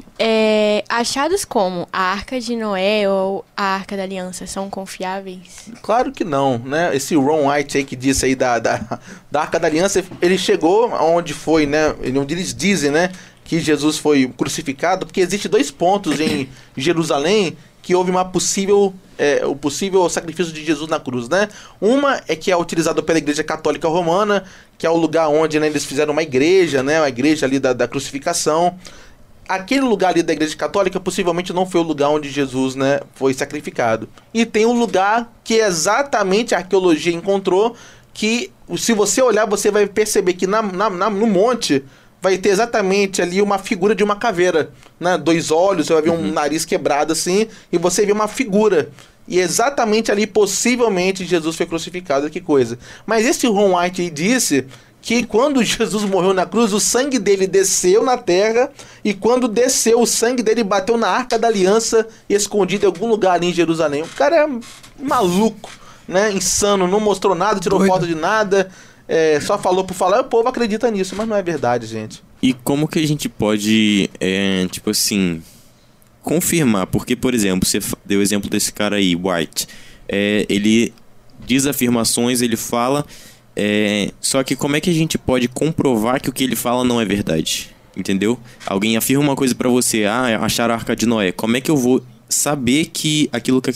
Speaker 3: Achados como a Arca de Noé ou a Arca da Aliança são confiáveis?
Speaker 5: Claro que não, né? Esse Ron White aí que disse aí da Arca da Aliança, ele chegou onde foi, né? Onde eles dizem, né? Que Jesus foi crucificado, porque existem 2 pontos em Jerusalém que houve o possível sacrifício de Jesus na cruz, né? Uma é que é utilizado pela Igreja Católica Romana, que é o lugar onde, né, eles fizeram uma igreja, né? Uma igreja ali da crucificação. Aquele lugar ali da Igreja Católica possivelmente não foi o lugar onde Jesus, né, foi sacrificado. E tem um lugar que exatamente a arqueologia encontrou, que se você olhar, você vai perceber que no monte vai ter exatamente ali uma figura de uma caveira, né? 2 olhos, você vai ver um nariz quebrado assim, e você vê uma figura. E exatamente ali, possivelmente, Jesus foi crucificado, que coisa. Mas esse Ron White disse que quando Jesus morreu na cruz, o sangue dele desceu na terra, e quando desceu, o sangue dele bateu na Arca da Aliança, escondido em algum lugar ali em Jerusalém. O cara é maluco, né? Insano, não mostrou nada, tirou foto de nada, só falou por falar, e o povo acredita nisso, mas não é verdade, gente.
Speaker 2: E como que a gente pode, tipo assim, confirmar? Porque, por exemplo, você deu o exemplo desse cara aí, White. Ele diz afirmações, ele fala... só que como é que a gente pode comprovar que o que ele fala não é verdade? Entendeu? Alguém afirma uma coisa pra você, acharam a Arca de Noé. Como é que eu vou saber que aquilo que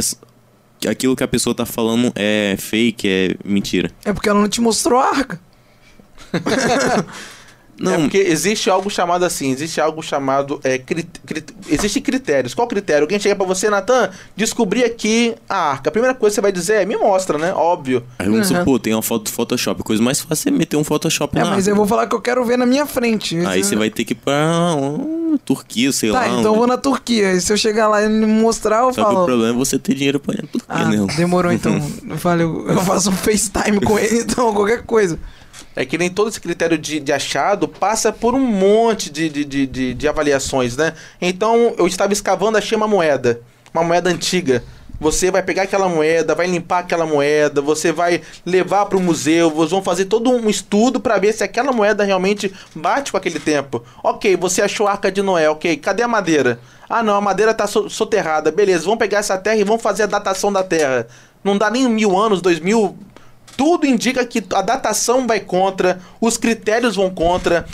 Speaker 2: a pessoa tá falando é fake, é mentira?
Speaker 1: É porque ela não te mostrou a arca.
Speaker 5: Não, porque existe algo chamado assim, existem critérios. Qual critério? Alguém chega pra você, Natan, descobri aqui a arca. A primeira coisa que você vai dizer é, me mostra, né? Óbvio.
Speaker 2: Aí vamos supor, tem uma foto do Photoshop. A coisa mais fácil é meter um Photoshop na
Speaker 1: mas
Speaker 2: arca.
Speaker 1: eu vou falar que eu quero ver na minha frente.
Speaker 2: Aí você vai ter que ir pra Turquia, sei lá.
Speaker 1: Tá, então eu vou na Turquia. E se eu chegar lá e me mostrar, eu
Speaker 2: Só
Speaker 1: falo...
Speaker 2: que o problema é você ter dinheiro pra ir na Turquia, né?
Speaker 1: Demorou então. Eu faço um FaceTime com ele, então, qualquer coisa.
Speaker 5: É que nem todo esse critério de achado passa por um monte de avaliações, né? Então, eu estava escavando, achei uma moeda antiga. Você vai pegar aquela moeda, vai limpar aquela moeda, você vai levar para o museu, vocês vão fazer todo um estudo para ver se aquela moeda realmente bate com aquele tempo. Ok, você achou a Arca de Noé, ok, cadê a madeira? Ah não, a madeira está soterrada, beleza, vamos pegar essa terra e vamos fazer a datação da terra. Não dá nem 1000 anos, 2000... Tudo indica que a datação vai contra, os critérios vão contra,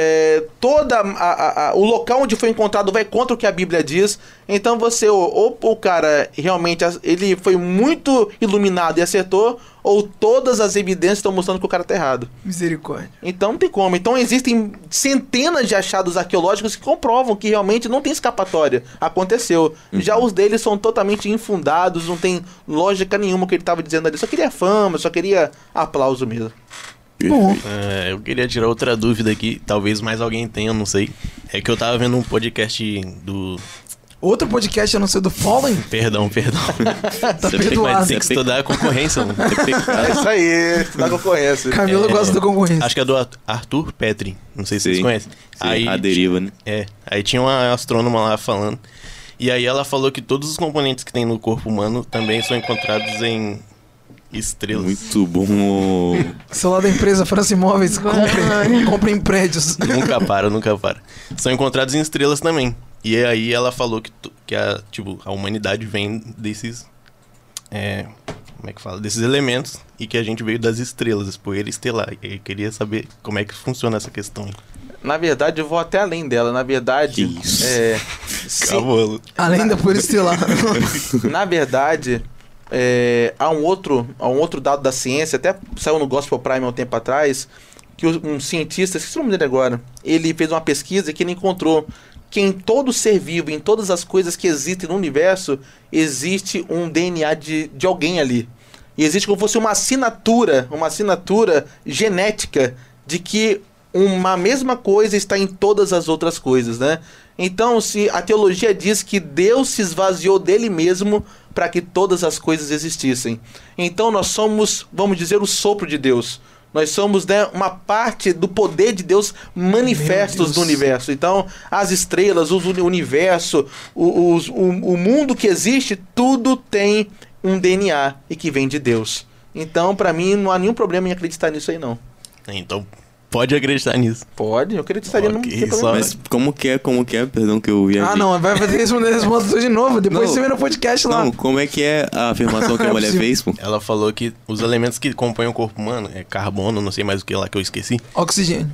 Speaker 5: o local onde foi encontrado vai contra o que a Bíblia diz. Então ou o cara realmente ele foi muito iluminado e acertou, ou todas as evidências estão mostrando que o cara tá errado.
Speaker 1: Misericórdia.
Speaker 5: Então não tem como. Então existem centenas de achados arqueológicos que comprovam que realmente não tem escapatória. Aconteceu. Já os deles são totalmente infundados, não tem lógica nenhuma o que ele estava dizendo ali. Só queria fama, só queria aplauso mesmo.
Speaker 1: Bom.
Speaker 4: Eu queria tirar outra dúvida aqui, talvez mais alguém tenha, não sei. É que eu tava vendo um podcast do...
Speaker 1: Outro podcast, a não ser do Fallen?
Speaker 4: Perdão.
Speaker 1: Tá
Speaker 4: Mas
Speaker 1: perdoado.
Speaker 4: tem que estudar a concorrência, mano.
Speaker 5: É isso aí, estudar concorrência.
Speaker 1: Camila gosta da concorrência.
Speaker 4: Acho que é do Arthur Petri, não sei se vocês conhecem.
Speaker 2: Sim, a deriva, né?
Speaker 4: Aí tinha uma astrônoma lá falando, e aí ela falou que todos os componentes que tem no corpo humano também são encontrados em Estrelas.
Speaker 2: Muito bom.
Speaker 1: Celular da empresa França Imóveis, comprem prédios.
Speaker 4: Nunca para. São encontrados em estrelas também. E aí ela falou que a humanidade vem desses... como é que fala? Desses elementos, e que a gente veio das estrelas, poeira estelar. E eu queria saber como é que funciona essa questão.
Speaker 5: Na verdade, eu vou até além dela. Na verdade,
Speaker 2: Que isso?
Speaker 4: Cavalo.
Speaker 1: Além da por estelar.
Speaker 5: na verdade, há um outro dado da ciência, até saiu no Gospel Prime há um tempo atrás, que um cientista, esqueci o nome dele agora, ele fez uma pesquisa que ele encontrou que em todo ser vivo, em todas as coisas que existem no universo, existe um DNA de alguém ali. E existe como se fosse uma assinatura genética de que uma mesma coisa está em todas as outras coisas, né? Então, se a teologia diz que Deus se esvaziou dele mesmo para que todas as coisas existissem. Então, nós somos, vamos dizer, o sopro de Deus. Nós somos, né, uma parte do poder de Deus manifestos no universo. Então, as estrelas, o universo, o mundo que existe, tudo tem um DNA e que vem de Deus. Então, para mim, não há nenhum problema em acreditar nisso aí, não.
Speaker 4: Então, pode acreditar nisso.
Speaker 5: Pode, eu acreditaria, não tem problema.
Speaker 2: Mas como que é? Perdão que eu vi aqui.
Speaker 1: Não, vai ter que responder esse ponto de novo. Depois
Speaker 2: Não.
Speaker 1: você vê no podcast lá.
Speaker 2: Não, como é que é a afirmação que a mulher fez, pô?
Speaker 4: Ela falou que os elementos que compõem o corpo humano, carbono, não sei mais o que lá que eu esqueci,
Speaker 1: Oxigênio.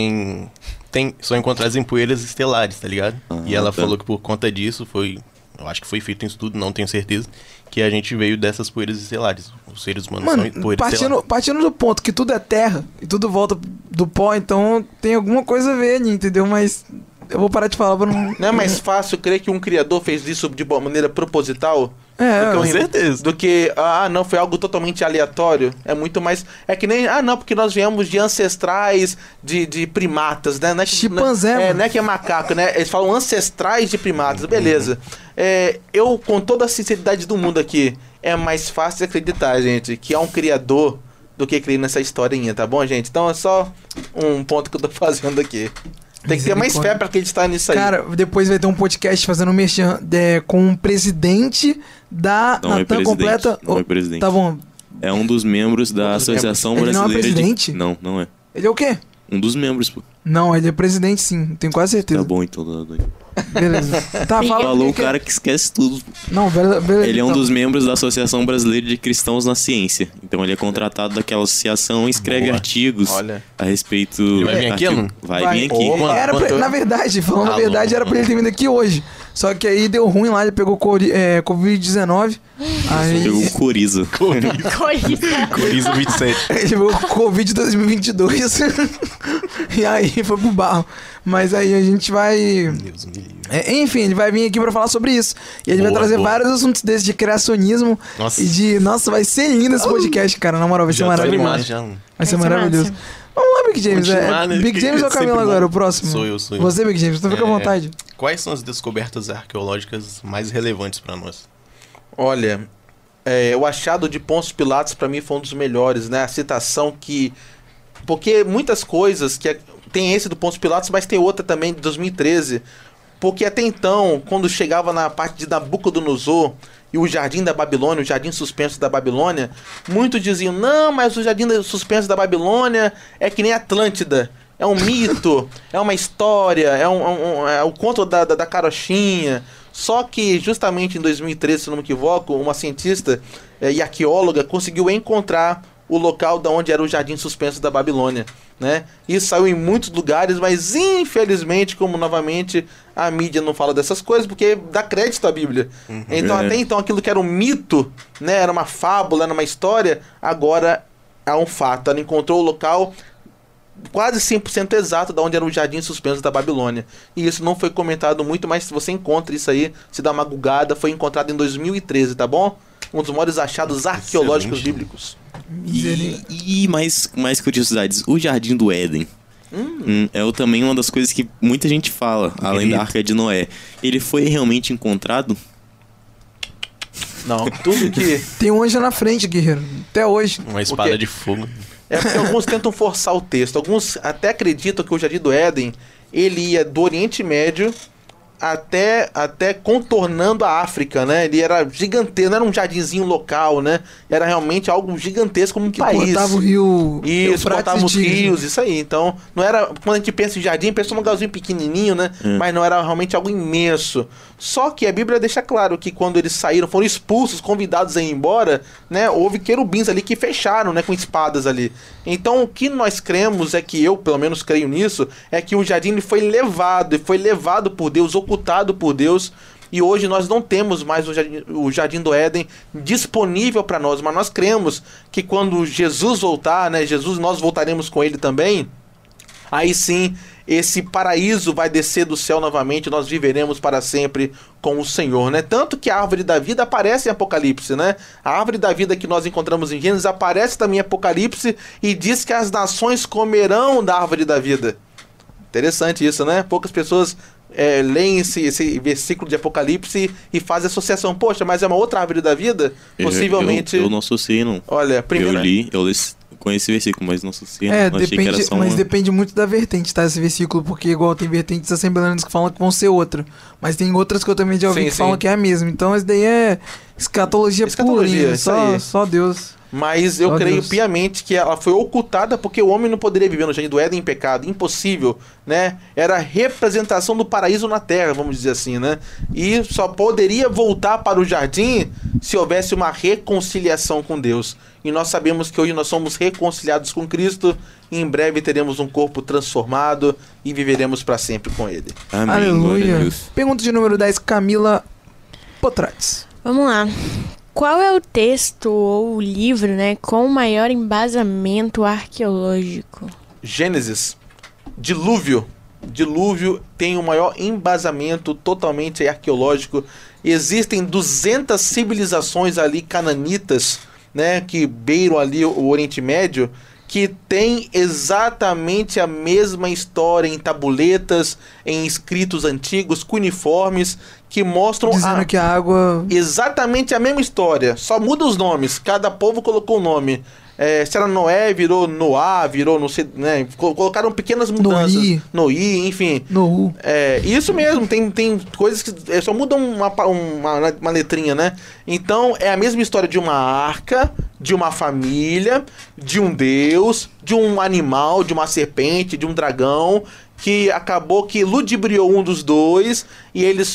Speaker 4: são encontrados em poeiras estelares, tá ligado? E ela
Speaker 2: tá.
Speaker 4: falou que por conta disso eu acho que foi feito um estudo, não tenho certeza, que a gente veio dessas poeiras estelares. Os seres humanos
Speaker 1: Mano,
Speaker 4: são poeiras estelares.
Speaker 1: partindo do ponto que tudo é terra e tudo volta do pó, então tem alguma coisa a ver, entendeu? Mas eu vou parar de falar pra não...
Speaker 5: Não é mais fácil crer que um criador fez isso de maneira proposital?
Speaker 4: Com certeza.
Speaker 5: Do que, não, foi algo totalmente aleatório. É muito mais... É que nem, não, porque nós viemos de ancestrais de primatas, né? Não é que,
Speaker 1: Chimpanzé, mano.
Speaker 5: não é que é macaco, né? Eles falam ancestrais de primatas, beleza. Eu, com toda a sinceridade do mundo aqui, é mais fácil acreditar, gente, que há um criador do que crer nessa historinha, tá bom, gente? Então é só um ponto que eu tô fazendo aqui. Tem que ter mais fé pra acreditar nisso aí.
Speaker 1: Cara, depois vai ter um podcast fazendo um merchan com um presidente da
Speaker 2: Não é
Speaker 1: Natan
Speaker 2: presidente,
Speaker 1: Completa.
Speaker 2: não é presidente.
Speaker 1: Tá bom.
Speaker 2: É um dos membros da Associação
Speaker 1: Ele não é
Speaker 2: Brasileira
Speaker 1: presidente?
Speaker 2: de... Não é.
Speaker 1: Ele é o quê?
Speaker 2: Um dos membros, pô.
Speaker 1: Não, ele é presidente sim, tenho quase certeza.
Speaker 2: Tá bom, então.
Speaker 1: Beleza. Tá, fala.
Speaker 2: Falou o cara que esquece tudo.
Speaker 1: Não, beleza.
Speaker 2: Ele é um
Speaker 1: então.
Speaker 2: dos membros da Associação Brasileira de Cristãos na Ciência. Então ele é contratado daquela associação e escreve
Speaker 4: Boa.
Speaker 2: artigos
Speaker 5: Olha.
Speaker 2: a respeito...
Speaker 4: Ele vai vir aqui, Alan?
Speaker 2: Vai vir aqui.
Speaker 5: Opa.
Speaker 1: Na verdade, falando a
Speaker 4: Alô.
Speaker 1: verdade, era pra ele ter vindo aqui hoje. Só que aí deu ruim lá, ele pegou Covid-19. Aí
Speaker 2: Pegou coriza.
Speaker 3: Coisa.
Speaker 4: Coriza 27.
Speaker 1: ele pegou Covid 2022. E aí foi pro barro. Mas aí a gente vai...
Speaker 4: Deus me livre.
Speaker 1: Enfim, ele vai vir aqui pra falar sobre isso. E ele vai
Speaker 4: Boa,
Speaker 1: trazer
Speaker 4: boa.
Speaker 1: vários assuntos desses de criacionismo.
Speaker 4: Nossa.
Speaker 1: E de... Nossa, vai ser lindo esse podcast, cara. Na moral, vai ser
Speaker 4: Já tô
Speaker 1: maravilhoso.
Speaker 4: animado já.
Speaker 1: Vai ser
Speaker 3: Vai ser
Speaker 1: maravilhoso.
Speaker 3: massa.
Speaker 1: Vamos lá, Big James.
Speaker 4: Continuar, né?
Speaker 1: Big James ou
Speaker 4: Sempre
Speaker 1: Camila agora,
Speaker 4: bom.
Speaker 1: o próximo?
Speaker 4: Sou eu.
Speaker 1: Você, Big James, então fica à vontade.
Speaker 4: Quais são as descobertas arqueológicas mais relevantes pra nós?
Speaker 5: Olha, o achado de Pôncio Pilatos pra mim foi um dos melhores, né? A citação que... Porque muitas coisas que... Tem esse do Pôncio Pilatos, mas tem outra também de 2013. Porque até então, quando chegava na parte de Nabucodonosor e o Jardim da Babilônia, o Jardim Suspenso da Babilônia, muitos diziam, não, mas o Jardim Suspenso da Babilônia é que nem Atlântida. É um mito, é uma história, é o conto da carochinha. Só que justamente em 2013, se não me equivoco, uma cientista e arqueóloga conseguiu encontrar o local de onde era o Jardim Suspenso da Babilônia, né? Isso saiu em muitos lugares, mas infelizmente, como novamente a mídia não fala dessas coisas, porque dá crédito à Bíblia. Então até então aquilo que era um mito, né? Era uma fábula, era uma história, agora é um fato. Ela encontrou o local quase 100% exato de onde era o Jardim Suspenso da Babilônia. E isso não foi comentado muito, mas se você encontra isso aí, se dá uma gugada, foi encontrado em 2013, tá bom? Um dos maiores achados arqueológicos
Speaker 4: Excelente.
Speaker 5: bíblicos.
Speaker 2: E mais curiosidades. O Jardim do Éden. É também uma das coisas que muita gente fala, além da Arca de Noé. Ele foi realmente encontrado?
Speaker 5: Não, tudo que...
Speaker 1: Tem um anjo na frente, guerreiro. Até hoje.
Speaker 4: Uma espada
Speaker 5: quê?
Speaker 4: de fogo.
Speaker 5: É porque alguns tentam forçar o texto. Alguns até acreditam que o Jardim do Éden, ele ia do Oriente Médio até contornando a África, né? Ele era gigantesco, não era um jardinzinho local, né? Era realmente algo gigantesco como um país.
Speaker 1: Cortava o rio.
Speaker 5: Isso, cortava os rios, isso aí. Então, não era... Quando a gente pensa em jardim, pensa num lugarzinho pequenininho, né? Mas não era realmente algo imenso. Só que a Bíblia deixa claro que quando eles saíram, foram expulsos, convidados a ir embora, né? Houve querubins ali que fecharam, né? Com espadas ali. Então, o que nós cremos é que eu, pelo menos creio nisso, é que o jardim foi levado por Deus, ocultado por Deus, e hoje nós não temos mais o Jardim do Éden disponível para nós, mas nós cremos que quando Jesus voltar, né, nós voltaremos com ele também, aí sim esse paraíso vai descer do céu novamente, nós viveremos para sempre com o Senhor, né? Tanto que a árvore da vida aparece em Apocalipse, né? A árvore da vida que nós encontramos em Gênesis aparece também em Apocalipse e diz que as nações comerão da árvore da vida. Interessante isso, né? Poucas pessoas leem esse versículo de Apocalipse e fazem associação. Poxa, mas é uma outra árvore da vida? Possivelmente...
Speaker 2: Eu não associei, não.
Speaker 5: Olha, primeiro...
Speaker 2: Eu conheci esse versículo, mas não associei. Não achei que era só
Speaker 1: mas depende muito da vertente, tá? Esse versículo, porque igual tem vertentes assembleanas que falam que vão ser outra. Mas tem outras que eu também já ouvi falam que é a mesma. Então esse daí é escatologia pura, só Deus.
Speaker 5: Mas eu creio piamente que ela foi ocultada porque o homem não poderia viver no Jardim do Éden em pecado. Impossível, né? Era a representação do paraíso na terra, vamos dizer assim, né? E só poderia voltar para o jardim se houvesse uma reconciliação com Deus. E nós sabemos que hoje nós somos reconciliados com Cristo e em breve teremos um corpo transformado e viveremos para sempre com Ele.
Speaker 2: Amém.
Speaker 1: Aleluia. Pergunta de número 10, Camila Potrates.
Speaker 3: Vamos lá. Qual é o texto ou o livro, né, com maior embasamento arqueológico?
Speaker 5: Gênesis. Dilúvio. Dilúvio tem o maior embasamento totalmente arqueológico. Existem 200 civilizações ali cananitas, né, que beiram ali o Oriente Médio, que tem exatamente a mesma história em tabuletas, em escritos antigos, cuneiformes, que mostram
Speaker 1: dizendo que a água...
Speaker 5: Exatamente a mesma história, só muda os nomes, cada povo colocou um nome. Se era Noé, virou Noá, virou não sei, né? Colocaram pequenas mudanças. Noí, enfim.
Speaker 1: Noú.
Speaker 5: Isso mesmo, tem coisas que só mudam uma letrinha, né? Então é a mesma história de uma arca, de uma família, de um deus, de um animal, de uma serpente, de um dragão, que acabou que ludibriou um dos dois e eles...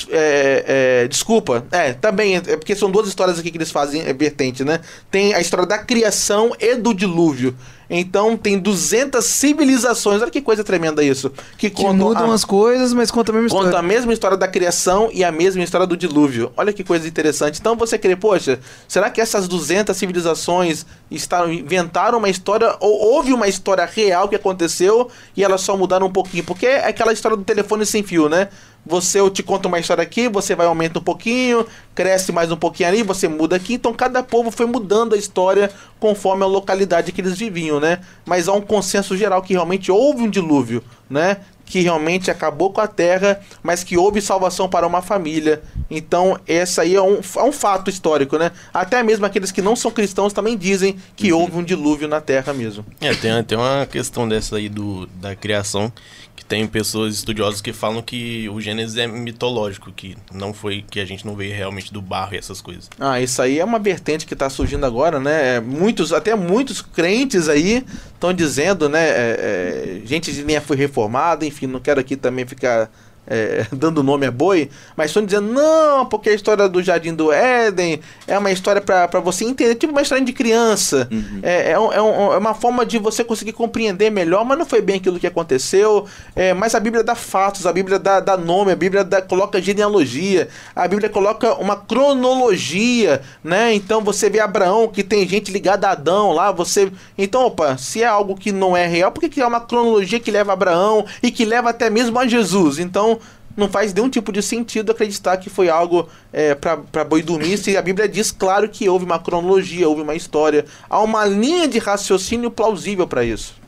Speaker 5: também, é porque são duas histórias aqui que eles fazem, vertente, né? Tem a história da criação e do dilúvio. Então tem 200 civilizações, olha que coisa tremenda isso. Que
Speaker 1: mudam as coisas, mas conta a mesma história.
Speaker 5: Conta a mesma história da criação e a mesma história do dilúvio. Olha que coisa interessante. Então você crê, poxa, será que essas 200 civilizações inventaram uma história, ou houve uma história real que aconteceu e elas só mudaram um pouquinho? Porque é aquela história do telefone sem fio, né? Eu te conto uma história aqui, você vai aumentar um pouquinho, cresce mais um pouquinho ali, você muda aqui. Então cada povo foi mudando a história conforme a localidade que eles viviam, né? Mas há um consenso geral que realmente houve um dilúvio, né? Que realmente acabou com a terra, mas que houve salvação para uma família. Então essa aí é um fato histórico, né? Até mesmo aqueles que não são cristãos também dizem que houve um dilúvio na terra mesmo.
Speaker 4: Tem uma questão dessa aí da criação, que tem pessoas estudiosas que falam que o Gênesis é mitológico, que não foi, que a gente não veio realmente do barro e essas coisas.
Speaker 5: Isso aí é uma vertente que está surgindo agora, né? Até muitos crentes aí estão dizendo, né? Gente de linha foi reformada, enfim, não quero aqui também ficar dando nome a boi, mas estão dizendo, não, porque a história do Jardim do Éden é uma história para você entender, tipo uma história de criança.
Speaker 2: Uhum.
Speaker 5: É uma forma de você conseguir compreender melhor, mas não foi bem aquilo que aconteceu. Mas a Bíblia dá fatos, a Bíblia dá nome, a Bíblia coloca genealogia, a Bíblia coloca uma cronologia, né? Então você vê Abraão, que tem gente ligada a Adão lá, então, se é algo que não é real, por que é uma cronologia que leva a Abraão e que leva até mesmo a Jesus? Então não faz nenhum tipo de sentido acreditar que foi algo para boi dormir, se a Bíblia diz claro que houve uma cronologia, houve uma história, há uma linha de raciocínio plausível para isso.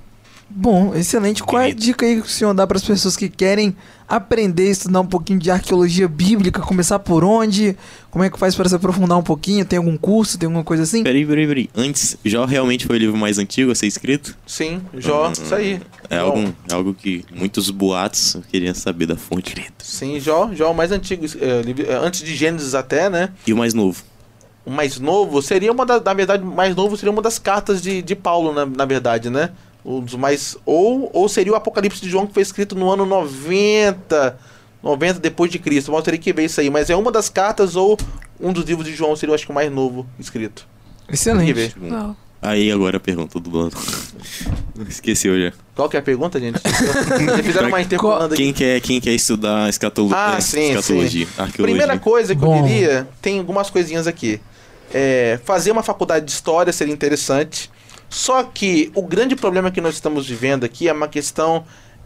Speaker 1: Bom, excelente. Qual é a
Speaker 2: Bonito.
Speaker 1: dica aí que o senhor dá para as pessoas que querem aprender a estudar um pouquinho de arqueologia bíblica? Começar por onde? Como é que faz para se aprofundar um pouquinho? Tem algum curso? Tem alguma coisa assim?
Speaker 2: Peraí. Antes, Jó realmente foi o livro mais antigo a ser escrito?
Speaker 5: Sim, Jó, isso aí.
Speaker 2: É algo que muitos boatos queriam saber da fonte.
Speaker 5: Sim, Jó é o mais antigo, antes de Gênesis até, né?
Speaker 2: E o mais novo?
Speaker 5: O mais novo seria na verdade, o mais novo seria uma das cartas de Paulo, na verdade, né? Um dos mais, ou seria o Apocalipse de João, que foi escrito no ano 90 depois de Cristo. Mas eu teria que ver isso aí. Mas é uma das cartas ou um dos livros de João seria, eu acho que o mais novo escrito.
Speaker 1: Excelente.
Speaker 5: Tem que ver.
Speaker 3: Uau.
Speaker 2: Aí agora a pergunta do Bruno. Esqueceu já.
Speaker 5: Qual que é a pergunta, gente? Vocês fizeram uma interpolando aqui.
Speaker 2: Quem quer estudar escatologia,
Speaker 5: Sim.
Speaker 2: arqueologia?
Speaker 5: Primeira coisa que eu
Speaker 1: Bom.
Speaker 5: diria, tem algumas coisinhas aqui. Fazer uma faculdade de história seria interessante. Só que o grande problema que nós estamos vivendo aqui é uma questão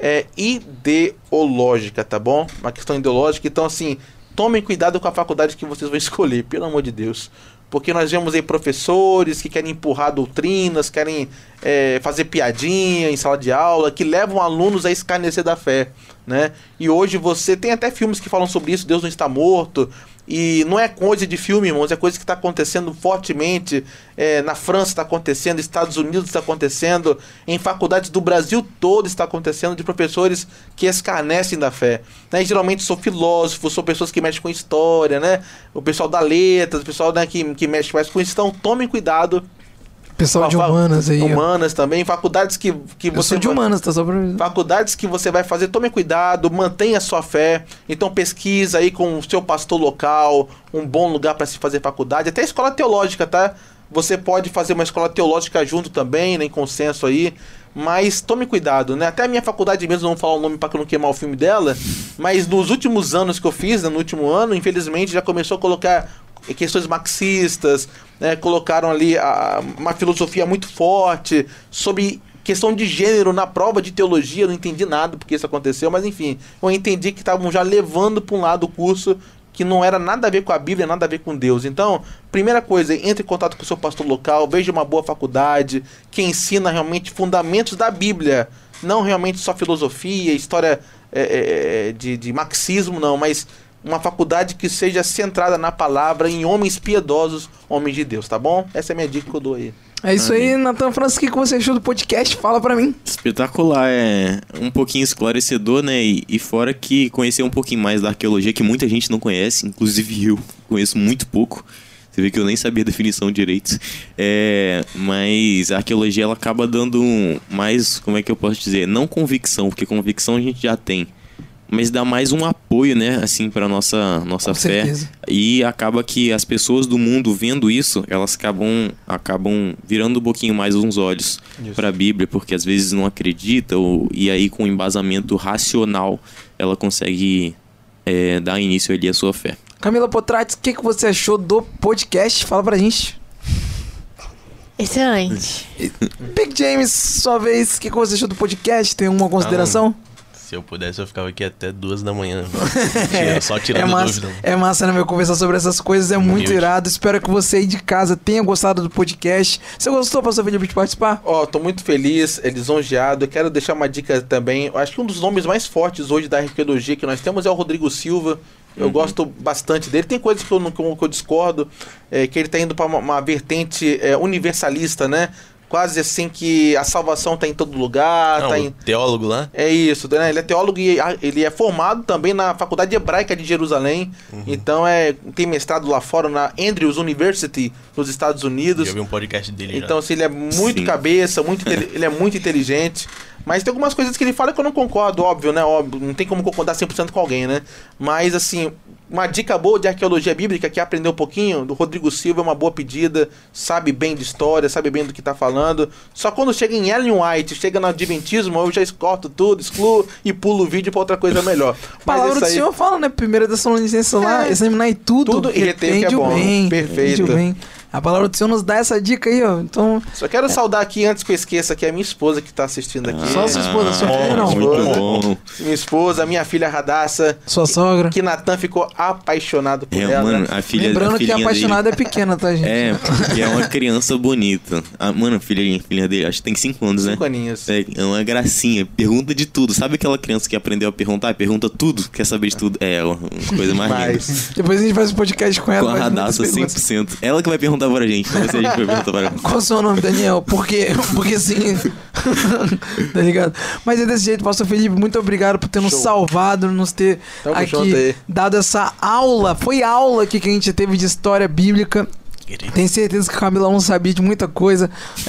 Speaker 5: ideológica, tá bom? Uma questão ideológica. Então, assim, tomem cuidado com a faculdade que vocês vão escolher, pelo amor de Deus. Porque nós vemos aí professores que querem empurrar doutrinas, querem fazer piadinha em sala de aula, que levam alunos a escarnecer da fé, né? E hoje você tem até filmes que falam sobre isso, Deus não está morto. E não é coisa de filme, irmãos, é coisa que está acontecendo fortemente. Na França está acontecendo, Estados Unidos está acontecendo, em faculdades do Brasil todo está acontecendo, de professores que escarnecem da fé, né? E geralmente são filósofos, são pessoas que mexem com história, né? O pessoal da letras, o pessoal, né, que mexe mais com isso. Então tomem cuidado.
Speaker 1: Pessoal de humanas aí. Ó.
Speaker 5: Humanas também, faculdades que
Speaker 1: Eu
Speaker 5: você
Speaker 1: sou de humanas, tá só pra...
Speaker 5: faculdades que você vai fazer, tome cuidado, mantenha a sua fé. Então pesquisa aí com o seu pastor local, um bom lugar para se fazer faculdade, até escola teológica, tá? Você pode fazer uma escola teológica junto também, né, em consenso aí, mas tome cuidado, né? Até a minha faculdade mesmo, não vou falar o nome para não queimar o filme dela, mas nos últimos anos que eu fiz, né, no último ano, infelizmente já começou a colocar questões marxistas, né? Colocaram ali uma filosofia muito forte sobre questão de gênero na prova de teologia. Eu não entendi nada porque isso aconteceu, mas enfim, eu entendi que estavam já levando para um lado o curso que não era nada a ver com a Bíblia, nada a ver com Deus. Então, primeira coisa, entre em contato com o seu pastor local, veja uma boa faculdade que ensina realmente fundamentos da Bíblia, não realmente só filosofia, história de marxismo, não, mas uma faculdade que seja centrada na palavra, em homens piedosos, homens de Deus, tá bom? Essa é a minha dica que eu dou aí.
Speaker 1: É isso aí, Nathan Francis, o que você achou do podcast? Fala pra mim.
Speaker 2: Espetacular, é um pouquinho esclarecedor, né? E fora que conhecer um pouquinho mais da arqueologia, que muita gente não conhece, inclusive eu conheço muito pouco. Você vê que eu nem sabia a definição direito. Mas a arqueologia, ela acaba dando mais, como é que eu posso dizer? Não convicção, porque convicção a gente já tem. Mas dá mais um apoio, né, assim, para nossa
Speaker 1: Com
Speaker 2: fé.
Speaker 1: certeza.
Speaker 2: E acaba que as pessoas do mundo vendo isso, elas acabam virando um pouquinho mais uns olhos para a Bíblia, porque às vezes não acredita, e aí com embasamento racional ela consegue dar início ali à sua fé.
Speaker 1: Camila Potratis, o que você achou do podcast? Fala pra gente.
Speaker 3: Excelente.
Speaker 1: Big James, sua vez, o que você achou do podcast? Tem alguma consideração?
Speaker 4: Se eu pudesse, eu ficava aqui até 2 da manhã. Só tirando dúvida.
Speaker 1: É massa, né, meu? Conversar sobre essas coisas é muito irado. Espero que você aí de casa tenha gostado do podcast. Você gostou, pastor Felipe, de participar?
Speaker 5: Tô muito feliz, lisonjeado. Eu quero deixar uma dica também. Eu acho que um dos nomes mais fortes hoje da arqueologia que nós temos é o Rodrigo Silva. Eu gosto bastante dele. Tem coisas que eu discordo, que ele está indo para uma vertente universalista, né? Quase assim que a salvação está em todo lugar.
Speaker 4: Não, teólogo lá?
Speaker 5: É isso, né? Ele é teólogo e ele é formado também na Faculdade Hebraica de Jerusalém. Então tem mestrado lá fora na Andrews University, nos Estados Unidos.
Speaker 4: Eu vi um podcast dele
Speaker 5: então, assim, ele é muito cabeça, ele é muito inteligente. Mas tem algumas coisas que ele fala que eu não concordo, óbvio, né? Óbvio, não tem como concordar 100% com alguém, né? Mas, assim, uma dica boa de arqueologia bíblica, que aprendeu um pouquinho, do Rodrigo Silva, é uma boa pedida, sabe bem de história, sabe bem do que tá falando. Só quando chega em Ellen White, chega no Adventismo, eu já corto tudo, excluo e pulo o vídeo pra outra coisa melhor.
Speaker 1: A palavra do Senhor fala, né? 1 Tessalonicenses lá, examinar tudo
Speaker 5: e reter o que é bom.
Speaker 1: Bem,
Speaker 5: Perfeito.
Speaker 1: Bem. A palavra do Senhor nos dá essa dica aí, ó. Então,
Speaker 5: Só quero saudar aqui, antes que eu esqueça, que é a minha esposa que tá assistindo aqui.
Speaker 1: só a sua esposa, sua filha não.
Speaker 2: Muito bom.
Speaker 5: Minha esposa, minha filha Radassa,
Speaker 1: Sua sogra.
Speaker 5: que Natan ficou apaixonado por
Speaker 2: É,
Speaker 5: ela.
Speaker 2: mano, a filha
Speaker 1: Lembrando que a
Speaker 2: filhinha
Speaker 1: apaixonada é pequena, tá, gente?
Speaker 2: dele, porque é uma criança bonita. Mano, a filha dele, acho que tem 5 anos, né?
Speaker 5: 5 aninhos.
Speaker 2: É uma gracinha, pergunta de tudo. Sabe aquela criança que aprendeu a perguntar? Pergunta tudo, quer saber de tudo. É, uma coisa mais linda.
Speaker 5: Mas,
Speaker 1: Depois a gente faz um podcast com ela.
Speaker 2: Com a
Speaker 1: faz muitas
Speaker 2: Radassa
Speaker 1: perguntas.
Speaker 2: 100%. Ela que vai perguntar pra gente, não vai ser a gente que vai perguntar pra ela.
Speaker 1: Qual o seu nome, Daniel? Porque sim. Tá ligado? Mas é desse jeito, pastor Felipe, muito obrigado por ter nos
Speaker 5: Show.
Speaker 1: salvado, nos ter
Speaker 5: Tamo junto
Speaker 1: aqui
Speaker 5: aí.
Speaker 1: dado essa aula. Foi aula aqui que a gente teve de história bíblica. Tenho certeza que o Camila não sabia de muita coisa.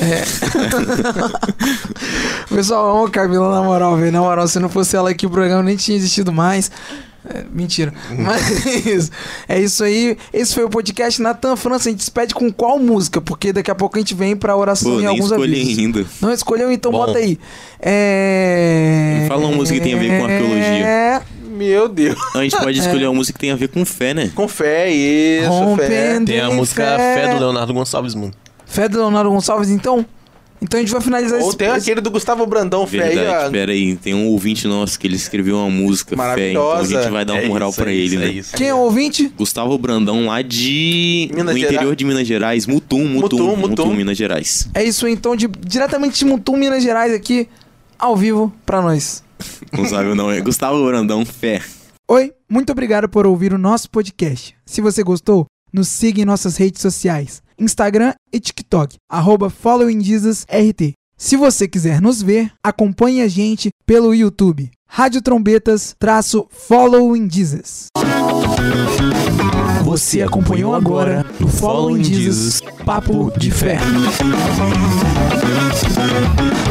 Speaker 1: Pessoal, eu amo a Camila, na moral, velho. Na moral, se não fosse ela aqui, o programa nem tinha existido mais. Mentira. Mas é isso aí. Esse foi o podcast. Natan França, a gente despede com qual música? Porque daqui a pouco a gente vem pra oração
Speaker 2: Pô,
Speaker 1: e
Speaker 2: nem
Speaker 1: alguns
Speaker 2: escolhi
Speaker 1: avisos.
Speaker 2: ainda.
Speaker 1: Não escolheu? Então
Speaker 4: Bom.
Speaker 1: bota aí.
Speaker 2: Fala uma música que tem a ver com arqueologia.
Speaker 5: meu Deus.
Speaker 2: A gente pode escolher uma música que tem a ver com fé, né?
Speaker 5: Com fé, isso, fé.
Speaker 1: Rompendo
Speaker 4: Tem a
Speaker 1: em
Speaker 4: música Fé do Leonardo Gonçalves Mundo.
Speaker 1: Fé do Leonardo Gonçalves, então? Então a gente vai finalizar
Speaker 5: Ou tem aquele do Gustavo Brandão, fé aí,
Speaker 2: Verdade,
Speaker 5: ó.
Speaker 2: pera aí. Tem um ouvinte nosso que ele escreveu uma música fé, então a gente vai dar uma moral pra ele, né?
Speaker 1: Quem é o ouvinte?
Speaker 2: Gustavo Brandão, lá de...
Speaker 5: Minas
Speaker 2: no
Speaker 5: Gerais.
Speaker 2: interior de Minas Gerais. Mutum, Minas Gerais.
Speaker 1: É isso aí, então, diretamente de Mutum, Minas Gerais, aqui, ao vivo, pra nós.
Speaker 2: Não sabe o nome, é Gustavo Brandão, fé.
Speaker 1: Oi, muito obrigado por ouvir o nosso podcast. Se você gostou, nos siga em nossas redes sociais, Instagram e TikTok, @followingjesusrt. Se você quiser nos ver, acompanhe a gente pelo YouTube, Rádio Trombetas-Following Jesus. Você acompanhou agora no Following Jesus, Papo de Fé.